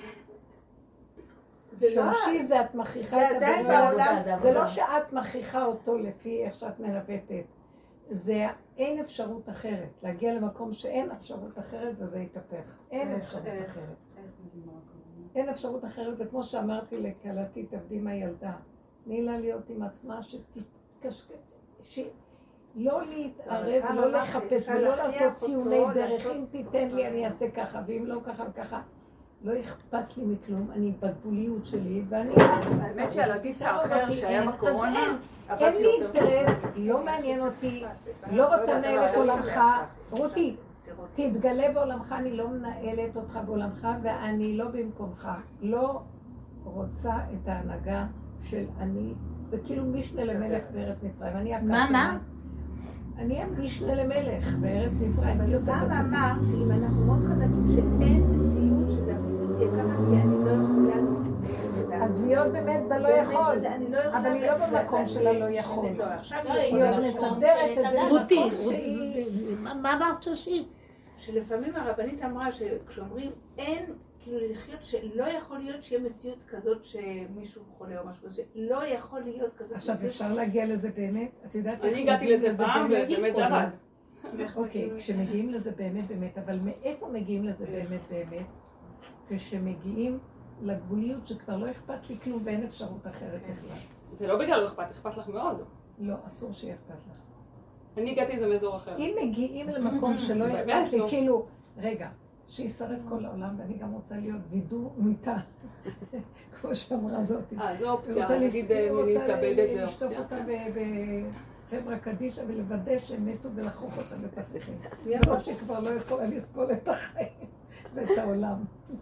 שורשי זה את מכריחה את הבורא, זה לא שאת מכריחה אותו לפי איך שאת מנווטת. זה אין אפשרות אחרת, להגיע למקום שאין אפשרות אחרת וזה יתהפך. אין אפשרות אחרת. אין אפשרות אחרת, זה כמו שאמרתי לקלתי, תעבדי עם הילדה. תני לה להיות עם עצמה שתתקשקש, שלא להתערב, לא לחפש ולא לעשות ציוני דרך. אם תיתן לי אני אעשה ככה, ואם לא ככה וככה. לא אכפת לי מכלום, אני בגבוליות שלי, ואני... האמת שעל הגיסה האחר שהיה בקורונה, אין לי אינטרס, לא מעניין אותי, לא רוצה לנהל את עולמך. רותי, תתגלה בעולמך, אני לא מנהלת אותך בעולמך, ואני לא במקומך. לא רוצה את ההנהגה של אני, זה כאילו משנה למלך בארץ מצרים. מה, מה? אני המשנה למלך בארץ מצרים, אני עושה את זה. פעם אמר שאם אנחנו מאוד חזקים שאין מציאות שזה המציאות תהיה ככה, כי אני לא יכולה... אז להיות באמת בלא יכול, אבל היא לא במקום שלה לא יכול. היא עוד מסדרת את זה. רותי, מה אמרת שושי? שלפעמים הרבנית אמרה שכשאומרים אין, כאילו לחיות שלא יכול להיות שיהיה מציאות כזאת שמישהו חולה או משהו כזה, שלא יכול להיות כזאת. עכשיו אפשר להגיע לזה באמת? את יודעת... אני הגעתי לזה פעם ובאמת זה עבד. אוקיי, כשמגיעים לזה באמת באמת, אבל מאיפה מגיעים לזה באמת באמת? כשמגיעים לגבוליות שכבר לא אכפת לי כלום ואין אפשרות אחרת בכלל. זה לא בגלל לא אכפת, אכפת לך מאוד. לא, אסור שיהיה אכפת לך. אני הגעתי איזה מאזור אחר. אם מגיעים למקום שלא אכפת לי, כאילו, רגע, שישרף כל העולם, ואני גם רוצה להיות וידוא מיטה, כמו שאמרה זאתי. אה, זו אופציה, נגיד מיני מתאבדת זה אופציה. לשטוף אותה בחברה קדישה ולוודא שהם מתו ולחוק אותה בפחים. כמו שכבר לא יכולה לסבול את החיים ואת העולם.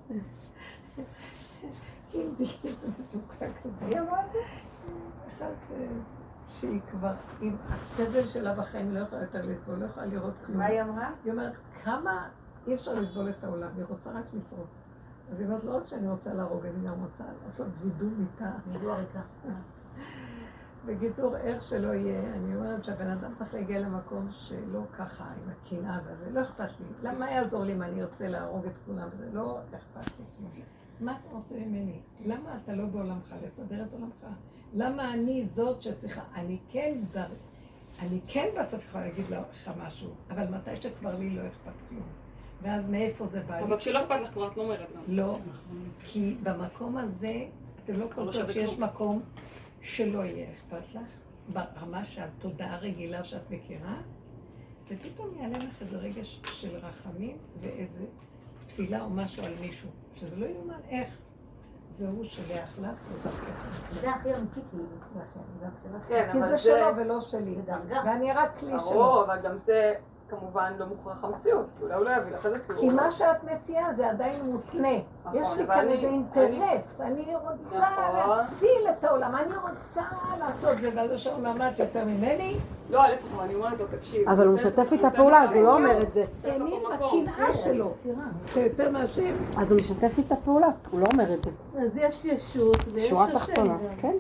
אם בי זה מתוקה כזה. היא אמרה את זה? אחת שהיא כבר, עם הסבל שלה בחיים לא יכולה יותר לסבול, לא יכולה לראות כלום. מה היא אמרה? היא אומרת, כמה אי אפשר לסבול את העולם, היא רוצה רק לשרוד. אז היא אומרת, לא רק שאני רוצה להרוג, אני גם רוצה לעשות וידוא מיטה. וידוא ריקה. בקיצור, איך שלא יהיה, אני אומרת שהבן אדם צריך להגיע למקום שלא ככה, עם הקנאה וזה, לא אכפת לי. למה יעזור לי אם אני ארצה להרוג את כולם? זה לא אכפת לי. מה אתה רוצה ממני? למה אתה לא בעולמך? לסדר את עולמך? למה אני זאת שצריכה? אני כן דבר, אני כן בסוף יכולה להגיד לך משהו, אבל מתי שכבר לי לא אכפת כלום. ואז מאיפה זה בא לי? אבל כשלא אכפת לך כבר את לא אומרת גם. לא, כי במקום הזה, אתם לא קולטות שיש מקום שלא יהיה אכפת לך, ברמה שהתודעה הרגילה שאת מכירה, ופתאום יעלה לך איזה רגש של רחמים ואיזה תפילה או משהו על מישהו, שזה לא יאומן איך. זהו שולח לך, זה הכי אמיתי כאילו. כי זה שלו ולא שלי. ואני רק כלי שלו. אבל גם זה כמובן לא מוכרח המציאות, כי אולי הוא לא יביא לך את זה. כי מה שאת מציעה זה עדיין מותנה. יש לי כאן איזה אינטרס, אני רוצה להציל את העולם, אני רוצה לעשות זה, ואז יש לנו מעמד יותר ממני. לא, אלף, אני אומרת לו, תקשיב. אבל הוא משתף איתה פעולה, אז הוא לא אומר את זה. אני עם הקנאה שלו, שיותר מהשם. אז הוא משתף איתה פעולה, הוא לא אומר את זה. אז יש ישות ויש שורה השם. תחתונה, כן.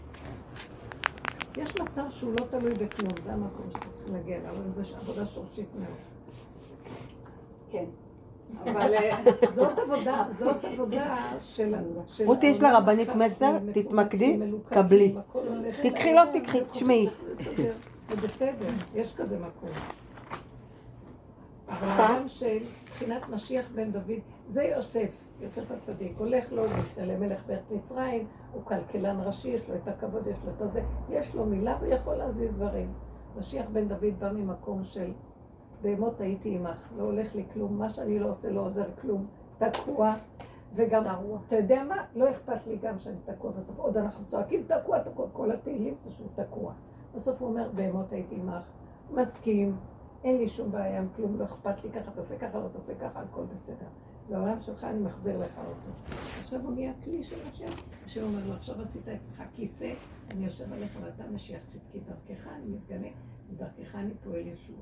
יש מצב שהוא לא תלוי בכלום, זה המקום שאתה צריך להגיע, אבל זו עבודה שורשית מאוד. כן. אבל זאת עבודה, זאת עבודה של... רותי, יש לה רבנית מסר, תתמקדי, קבלי. תקחי, לא תקחי, תשמעי. זה בסדר, יש כזה מקום. אבל האדם של בחינת משיח בן דוד, זה יוסף, יוסף הצדיק, הולך לו להשתלם מלך בארץ מצרים, הוא כלכלן ראשי, יש לו את הכבוד, יש לו את הזה, יש לו מילה ויכול להזיז דברים. משיח בן דוד בא ממקום של בהמות הייתי עמך, לא הולך לי כלום, מה שאני לא עושה לא עוזר כלום, תקוע, וגם, אתה יודע מה? לא אכפת לי גם שאני תקוע בסוף, עוד אנחנו צועקים תקוע, תקוע, כל התהילים זה שהוא תקוע. בסוף הוא אומר, בהמות הייתי עמך, מסכים, אין לי שום בעיה עם כלום, לא אכפת לי ככה, תעשה ככה, לא תעשה ככה, הכל בסדר. בעולם שלך אני מחזיר לך אותו. עכשיו הוא נהיה כלי של השם, השם אומר לו, עכשיו עשית אצלך כיסא, אני יושב עליך ואתה משיח צדקי דרכך, אני מתגלה, ודרכך אני פועל ישוע.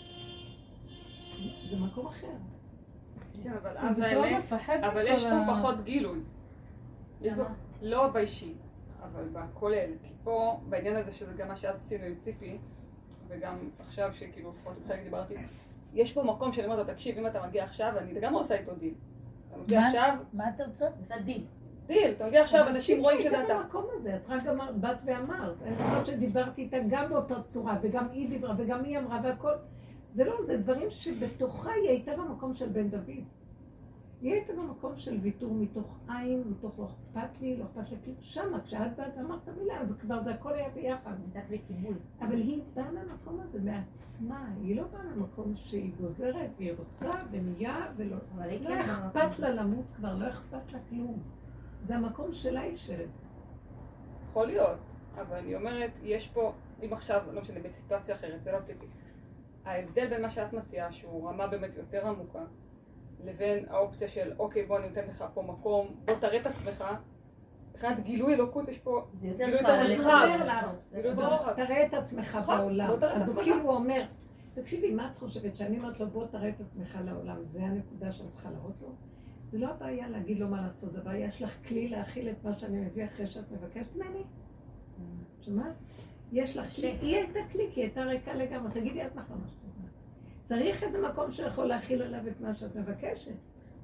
זה מקום אחר. כן, אבל אז האמת, אבל יש פה פחות גילוי. לא באישי, אבל בכולל. כי פה, בעניין הזה שזה גם מה שאז עשינו עם ציפי, וגם עכשיו שכאילו לפחות חלק דיברתי, יש פה מקום שאני אומרת, תקשיב, אם אתה מגיע עכשיו, אני גם עושה איתו דיל. אתה מגיע עכשיו... מה אתה רוצה? עושה דיל. דיל, אתה מגיע עכשיו, אנשים רואים שזה אתה. גם במקום הזה, את רק באת ואמרת. אני חושבת שדיברתי איתה גם באותה צורה, וגם היא דיברה, וגם היא אמרה, והכל... זה לא, זה דברים שבתוכה היא הייתה במקום של בן דוד. היא הייתה במקום של ויתור מתוך עין, מתוך לא אכפת לי, לא אכפת לי כלום. שמה, כשאת באת ואמרת מילה, אז כבר זה הכל היה ביחד. נתת לי קיבול. אבל היא באה מהמקום הזה, מעצמה. היא לא באה מהמקום שהיא גוזרת, והיא רוצה, ונהיה, ולא... לא אכפת לה למות כבר, לא אכפת לה כלום. זה המקום שלה אפשר את זה. יכול להיות, אבל אני אומרת, יש פה, אם עכשיו, לא משנה, בסיטואציה אחרת, זה לא ציפי. ההבדל בין מה שאת מציעה, שהוא רמה באמת יותר עמוקה, לבין האופציה של, אוקיי, בוא אני נותנת לך פה מקום, בוא תראה את עצמך, מבחינת גילוי אלוקות יש פה גילוי יותר רחב. בוא תראה את עצמך בעולם. אז הוא כאילו אומר, תקשיבי, מה את חושבת? שאני אומרת לו, בוא תראה את עצמך לעולם, זה הנקודה שאני צריכה להראות לו? זה לא הבעיה להגיד לו מה לעשות, זה הבעיה, יש לך כלי להכיל את מה שאני מביא אחרי שאת מבקשת ממני? שמעת? יש לך כלי, היא הייתה כלי, כי היא הייתה ריקה לגמרי, תגידי את נכון מה שאת אומרת. צריך איזה מקום שיכול להכיל עליו את מה שאת מבקשת.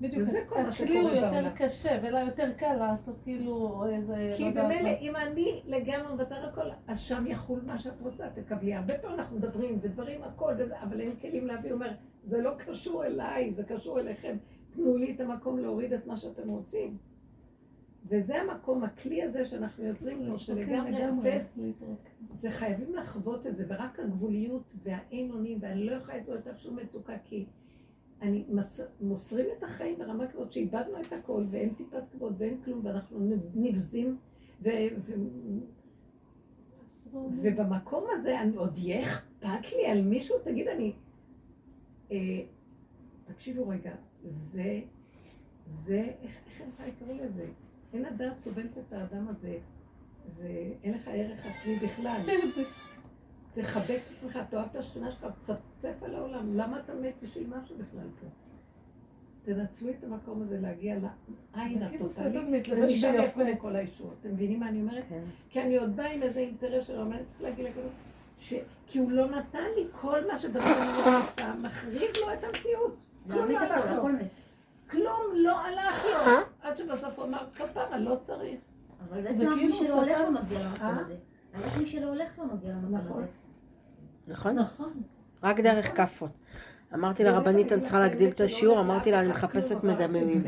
בדיוק, הכלי הוא יותר קשה, ולא יותר קל לעשות כאילו איזה... כי במילא, אם אני לגמרי מוותר הכל, אז שם יחול מה שאת רוצה, תקבלי. הרבה פעמים אנחנו מדברים ודברים הכל וזה, אבל אין כלים להביא, אומר, זה לא קשור אליי, זה קשור אליכם. תנו לי את המקום להוריד את מה שאתם רוצים. וזה המקום, הכלי הזה שאנחנו יוצרים פה, שלגמרי אפס, זה חייבים לחוות את זה, ורק הגבוליות והאין אונים, ואני לא יכולה לתת יותר שום מצוקה, כי אני מוסרים את החיים ברמה כזאת שאיבדנו את הכל, ואין טיפת כבוד ואין כלום, ואנחנו נבזים, ובמקום הזה עוד יהיה אכפת לי על מישהו, תגיד אני, תקשיבו רגע, זה, זה, איך אני יכולה לקרוא לזה? אין הדעת סובלת את האדם הזה, זה, אין לך ערך עצמי בכלל. תחבק את עצמך, תאהב את השכנה שלך, צפצף על העולם. למה אתה מת בשביל משהו בכלל פה? תנצלו את המקום הזה להגיע לעין הטוטלית, ומשם יקום כל הישועות. אתם מבינים מה אני אומרת? כי אני עוד באה עם איזה אינטרס שלו, אבל אני צריך להגיד לכם, כי הוא לא נתן לי כל מה שדבר אני עושה, מחריב לו את המציאות. כלום לא הלך לו. כלום לא הלך לו. עד שבסוף הוא אמר, כפרה, לא צריך. אבל בעצם מי שלא הולך לא מגיע למקום הזה. אבל מי שלא הולך לא מגיע למקום הזה. נכון? נכון. רק דרך כפות. אמרתי לרבנית, אני צריכה להגדיל את השיעור, אמרתי לה, אני מחפשת מדממים.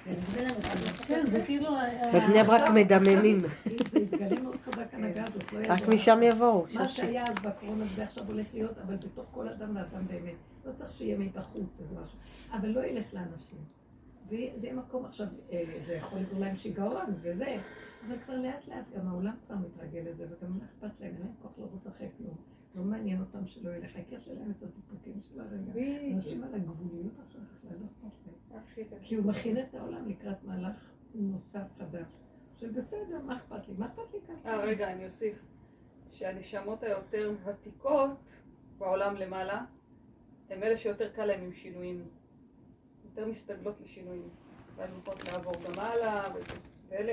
בבני ברק מדממים. זה יתגלה מאוד חזק הנהגה הזאת, לא ידוע. רק משם יבואו. מה שהיה אז בקורונה זה עכשיו הולך להיות, אבל בתוך כל אדם ואדם באמת. לא צריך שיהיה מבחוץ איזה משהו. אבל לא ילך לאנשים. זה יהיה מקום עכשיו, זה יכול לגרום להם שיגעון וזה. אבל כבר לאט לאט גם העולם כבר מתרגל לזה, וגם לא אכפת להם, אין להם כוח לרוץ אחרי כלום. לא מעניין אותם שלא ילך, העיקר שלהם את הסיפוקים של הרגע. אנשים על הגבוליות עכשיו בכלל לא אכפת להם. כי הוא מכין את העולם לקראת מהלך נוסף חדש. שבסדר, מה אכפת לי? מה אכפת לי כאן? אה, רגע, אני אוסיף. שהנשמות היותר ותיקות בעולם למעלה, הם אלה שיותר קל להם עם שינויים. יותר מסתגלות לשינויים. ואז נוכל לעבור גם הלאה ואלה.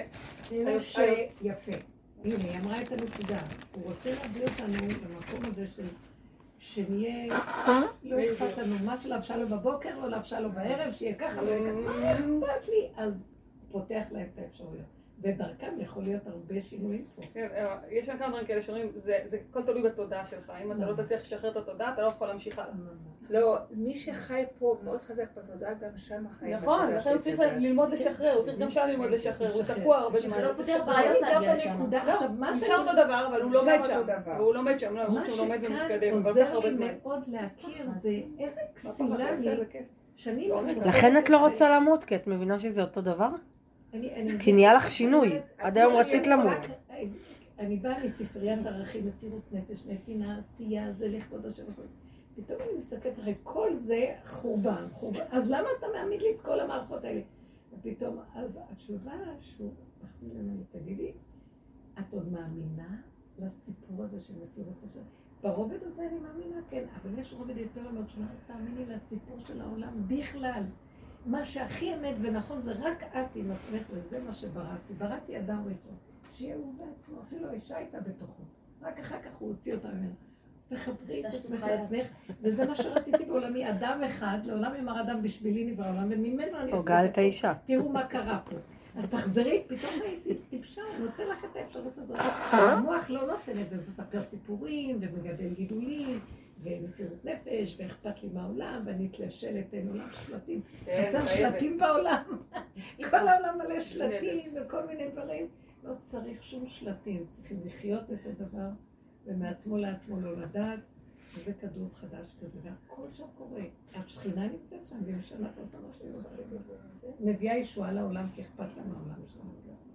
יפה. הנה, היא אמרה את הנקודה. הוא רוצה להביא אותנו במקום הזה של... שנהיה... לא אכפת לנו מה שלבשה לו בבוקר, לא לבשה לו בערב, שיהיה ככה, לא יהיה ככה. מה אכפת לי? אז פותח להם את האפשרויות. ודרכם יכול להיות הרבה שינויים פה. כן, יש שם כמה דברים כאלה שאומרים, זה כל תלוי בתודעה שלך. אם אתה לא תצליח לשחרר את התודעה, אתה לא יכול להמשיך הלאה. לא, מי שחי פה מאוד חזק בתודעה, גם שם החיים. נכון, לכן הוא צריך ללמוד לשחרר, הוא צריך גם שם ללמוד לשחרר, הוא תקוע הרבה זמן. שלא פותר בעיות להגיע לשם. נשאר אותו דבר, אבל הוא לומד שם. והוא לומד שם, הוא לומד ומתקדם. מה שכאן עוזר לי מאוד להכיר זה איזה כסילה לי. שנים... לכן את לא רוצה למות, כי את מבינה שזה אותו דבר? כי נהיה לך שינוי, עד היום רצית למות. אני באה מספריית ערכים, מסירות נפש, נתינה, עשייה, זה לכבוד השם. פתאום אני מסתכלת אחרי כל זה חורבן, חורבן. אז למה אתה מעמיד לי את כל המערכות האלה? ופתאום, אז התשובה שהוא מחזיר לנו, תגידי, את עוד מאמינה לסיפור הזה של מסירות נפש? ברובד הזה אני מאמינה, כן, אבל יש רובד יותר מאוד שלא תאמיני לסיפור של העולם בכלל. מה שהכי אמת ונכון זה רק את עם עצמך, וזה מה שבראתי. בראתי אדם ראשון, שיהיה הוא בעצמו, אפילו האישה הייתה בתוכו. רק אחר כך הוא הוציא אותה ממנו. תחברי את עצמך לעצמך, וזה מה שרציתי בעולמי, אדם אחד, לעולם יאמר אדם בשבילי נברא העולם, וממנו אני הוגה את האישה. תראו מה קרה פה. אז תחזרי, פתאום הייתי טיפשה, נותן לך את האפשרות הזאת. המוח לא נותן את זה, ומספר סיפורים, ומגדל גידולים, ומסירות נפש, ואכפת לי מהעולם, ואני אתלשלת אין עולם שלטים. חסר שלטים בעולם. כל העולם מלא שלטים וכל מיני דברים. לא צריך שום שלטים, צריכים לחיות את הדבר, ומעצמו לעצמו לא לדעת, וזה כדור חדש כזה, והכל שם קורה. השכינה נמצאת שם, והיא משנה פה עושה מה שהיא רוצה. מביאה ישועה לעולם, כי אכפת לה מהעולם שלנו.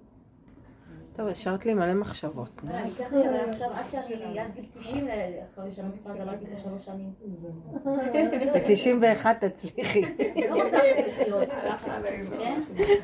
טוב, השארת לי מלא מחשבות. אני ככה, עכשיו עד שאני עד גיל תשעים, אחרי שאני מספר, זה לא הייתי פה שלוש שנים. ב-תשעים ואחת תצליחי. לא רוצה לחיות. כן?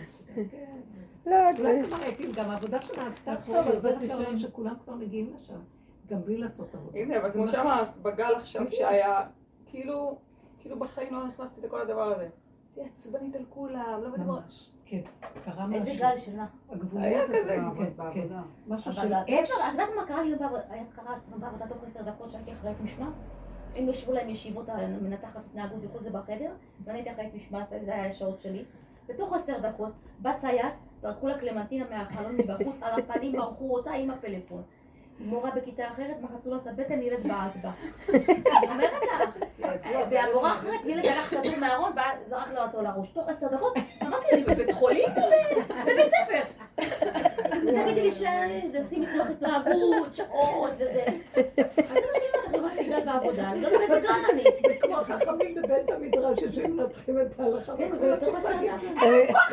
לא, את אולי כבר הייתי, גם העבודה שנעשתה פה, עובדת העולם שכולם כבר מגיעים לשם, גם בלי לעשות עבודה. הנה, אבל כמו שאמרת, בגל עכשיו שהיה, כאילו, כאילו בחיים לא נכנסתי לכל הדבר הזה. תהיה עצבנית על כולם, לא בדבר. כן, קרה משהו. איזה גל שלה. היה כזה. כן, כן. משהו של אבל אש. את יודעת מה קרה לי? היה קרה אצלנו בעבודה תוך עשר דקות שהייתי אחראית משמעת. הם ישבו להם ישיבות, מנתחת התנהגות וכל זה בחדר, ואני הייתי אחראית משמעת, זה היה השעות שלי. בתוך עשר דקות, בסייעת, זרקו לה קלמנטינה מהחלון מבחוץ, על הפנים ברחו אותה עם הפלאפון. מורה בכיתה אחרת, מחצו לה את הבטן, ילד בעט בה. אני אומרת לך, והמורה אחרת, ילד הלך כדור מהארון, זרק לו אותו לראש. תוך עשר דקות, אמרתי, אני בבית חולים, בבית ספר. ותגידי לי שעושים מתנוח התנהגות, שעות וזה. אז זה מה שאני אומרת, אני בגלל בעבודה, אני לא יודעת איזה גרן אני. זה כמו החכמים בבית המדרש, שהם מנתחים את ההלכה. כן, אבל תוך עשר דקות.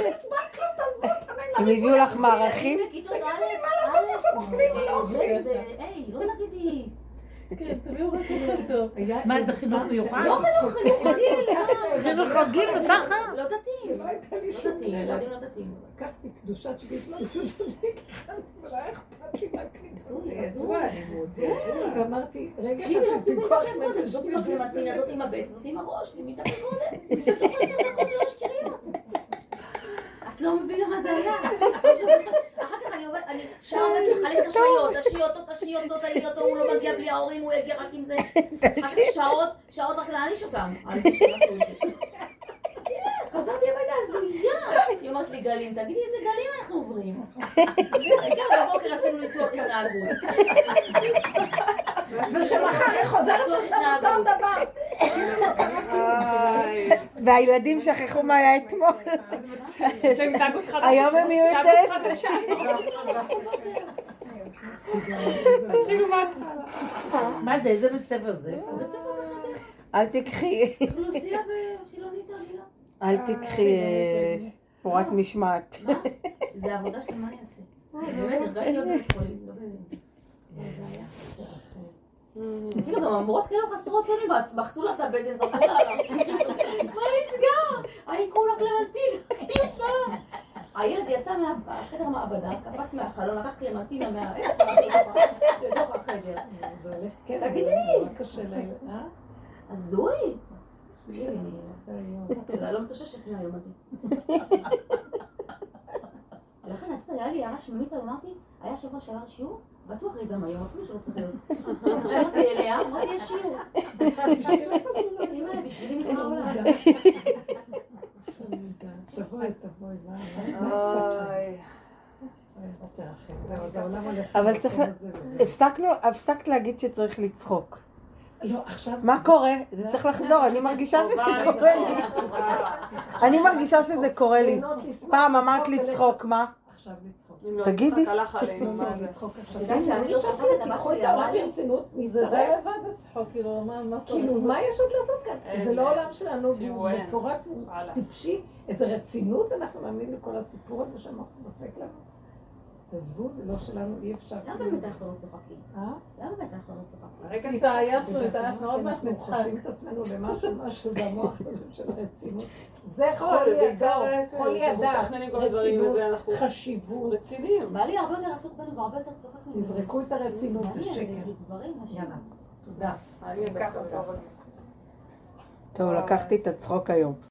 הם הביאו לך מערכים? היי, לא תגידי. כן, תביאו רק אוכל טוב. מה, זה חינוך מיוחד? לא חינוך חינוך רגיל. חינוך רגיל וככה? לא דתיים. לא הייתה לי לא שום דתיים, דרך. ילדים לא דתיים. לקחתי קדושת שביעית לעשות שלי, ולא היה אכפת לי מהקליטה. ואמרתי, רגע אחד של פיקוח נפש. זאת עם הקלמנטינה, זאת עם הבטן, זאת עם הראש, לי מיטה קודם. תוך עשר דקות שלוש קריות. את לא מבינה מה זה היה. אחר כך אני עובד, אני שעה עובדת לחלק את השיות, השיות אותו, השיות אותו, תגיד אותו, הוא לא מגיע בלי ההורים, הוא יגיע רק עם זה. אחר כך שעות, שעות רק להעניש אותם. על זה שעשו את זה. חזרתי הביתה הזויה. היא אומרת לי, גלים, תגידי איזה גלים אנחנו עוברים. רגע, בבוקר עשינו ניתוח התנהגות. ושמחר היא חוזרת עכשיו אותו דבר. והילדים שכחו מה היה אתמול. היום הם יהיו את העץ. מה זה, איזה בית ספר זה? אל תקחי. אוכלוסייה בחילונית רגילה. אל תקחי פורת משמעת. מה? זה עבודה שלי, מה אני אעשה? באמת, הרגשתי עוד בית חולים, לא באמת. זה היה. כאילו גם המורות כאילו חסרות לי, מחצו לה את הבטן, זרקו לה עליו. מה נסגר? אני כולה קלמנטינה. הילד יצא מהחדר המעבדה, קפץ מהחלון, לקח קלמנטינה לתוך החדר. תגידי לי. מה קשה להם, אה? הזוי. תקשיבי, אני לא מתוששת מהיום הזה. לכן, אתה יודע, היה לי הערה שממית, אמרתי, היה שבוע שעבר שיעור, בטוח לי גם היום, אפילו שלא צריך להיות. חשבתי אליה, אמרתי, יש שיעור. אמא, בשבילי נקרא עולם. תבואי, תבואי, אבל צריך, הפסקת להגיד שצריך לצחוק. לא, עכשיו... מה קורה? זה צריך לחזור, אני מרגישה שזה קורה לי. אני מרגישה שזה קורה לי. פעם אמרת לצחוק, מה? עכשיו לצחוק. תגידי. מה לצחוק עכשיו? יודעת שאני לא שוכחת את הבת תיקחו את שלי, העולם אמרה לי, ברצינות, זה נצטרך. די לבד הצחוק, כאילו, מה מה כאילו, מה יש עוד לעשות כאן? זה לא עולם שלנו, הוא אין. מפורט, הוא טיפשי, איזה רצינות אנחנו מאמינים לכל הסיפור הזה שמפק לנו. תעזבו, זה לא שלנו, אי אפשר. למה באמת אנחנו לא צוחקים? אה? למה באמת אנחנו לא צוחקים? התעייפנו, התעייפנו עוד מעט אנחנו נצחק. חושבים את עצמנו למשהו, משהו במוח הזה של רצינות. זה חולי הדור, חולי הדת, רצינות, חשיבות. רציניים. בא לי הרבה יותר לעסוק בנו והרבה יותר צוחק ממנו. תזרקו את הרצינות, זה מעניין, שקר. גברים, נשים. יאללה, תודה. אני ככה טוב. טוב, לקחתי את הצחוק היום.